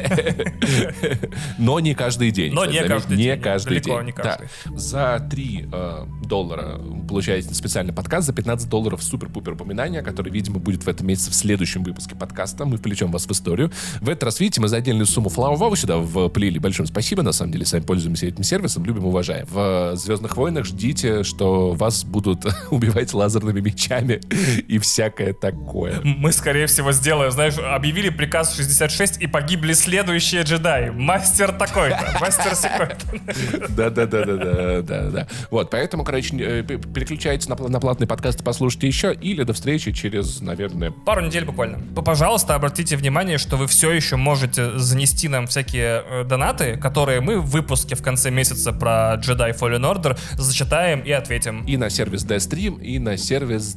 Speaker 1: Но не каждый день.
Speaker 2: Но не каждый день.
Speaker 1: Не каждый день.
Speaker 2: не каждый.
Speaker 1: За три доллара получаете специальный подкаст, за пятнадцать долларов супер-пупер упоминания, который, видимо, будет в этом месяце в следующем выпуске подкаста. Мы включим вас в историю. В этот раз, видите, мы за отдельную сумму Флау-Вау сюда вплели. Большое спасибо, на самом деле, сами пользуемся этим сервисом, любим, уважаем. В «Звездных войнах» ждите, что вас будут убивать лазерными мечами и всякое такое.
Speaker 2: Мы, скорее всего, сделаем, знаешь, объявили приказ шестьдесят шесть и погибли следующие джедаи. Мастер такой-то, мастер секой-то.
Speaker 1: Да-да-да-да-да-да. Вот, поэтому, короче, переключайтесь на, на платный подкаст и послушайте еще, или до встречи через, наверное...
Speaker 2: Пару недель буквально. Пожалуйста, обратите внимание, что вы все еще можете занести нам всякие э, донаты, которые мы в выпуске в конце месяца про Jedi Fallen Order зачитаем и ответим.
Speaker 1: И на сервис Dstream, и на сервис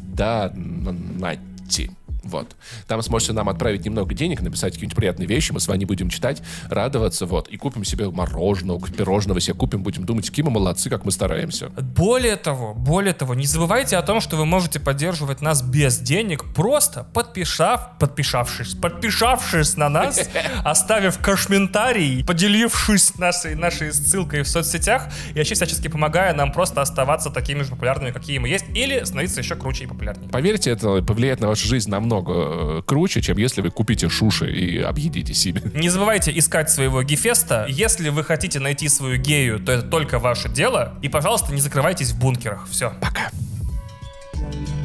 Speaker 1: Donati. Вот. Там сможете нам отправить немного денег, написать какие-нибудь приятные вещи, мы с вами будем читать, радоваться, вот, и купим себе мороженого, пирожного себе купим, будем думать, какие мы молодцы, как мы стараемся.
Speaker 2: Более того, более того, не забывайте о том, что вы можете поддерживать нас без денег, просто подписав, подписавшись, подписавшись на нас, оставив комментарий, поделившись нашей, нашей ссылкой в соцсетях, и вообще всячески помогая нам просто оставаться такими же популярными, какие мы есть, или становиться еще круче и популярнее.
Speaker 1: Поверьте, это повлияет на вашу жизнь намного круче, чем если вы купите шуши и объедитесь ими.
Speaker 2: Не забывайте искать своего гефеста. Если вы хотите найти свою гею, то это только ваше дело. И, пожалуйста, не закрывайтесь в бункерах. Все.
Speaker 1: Пока.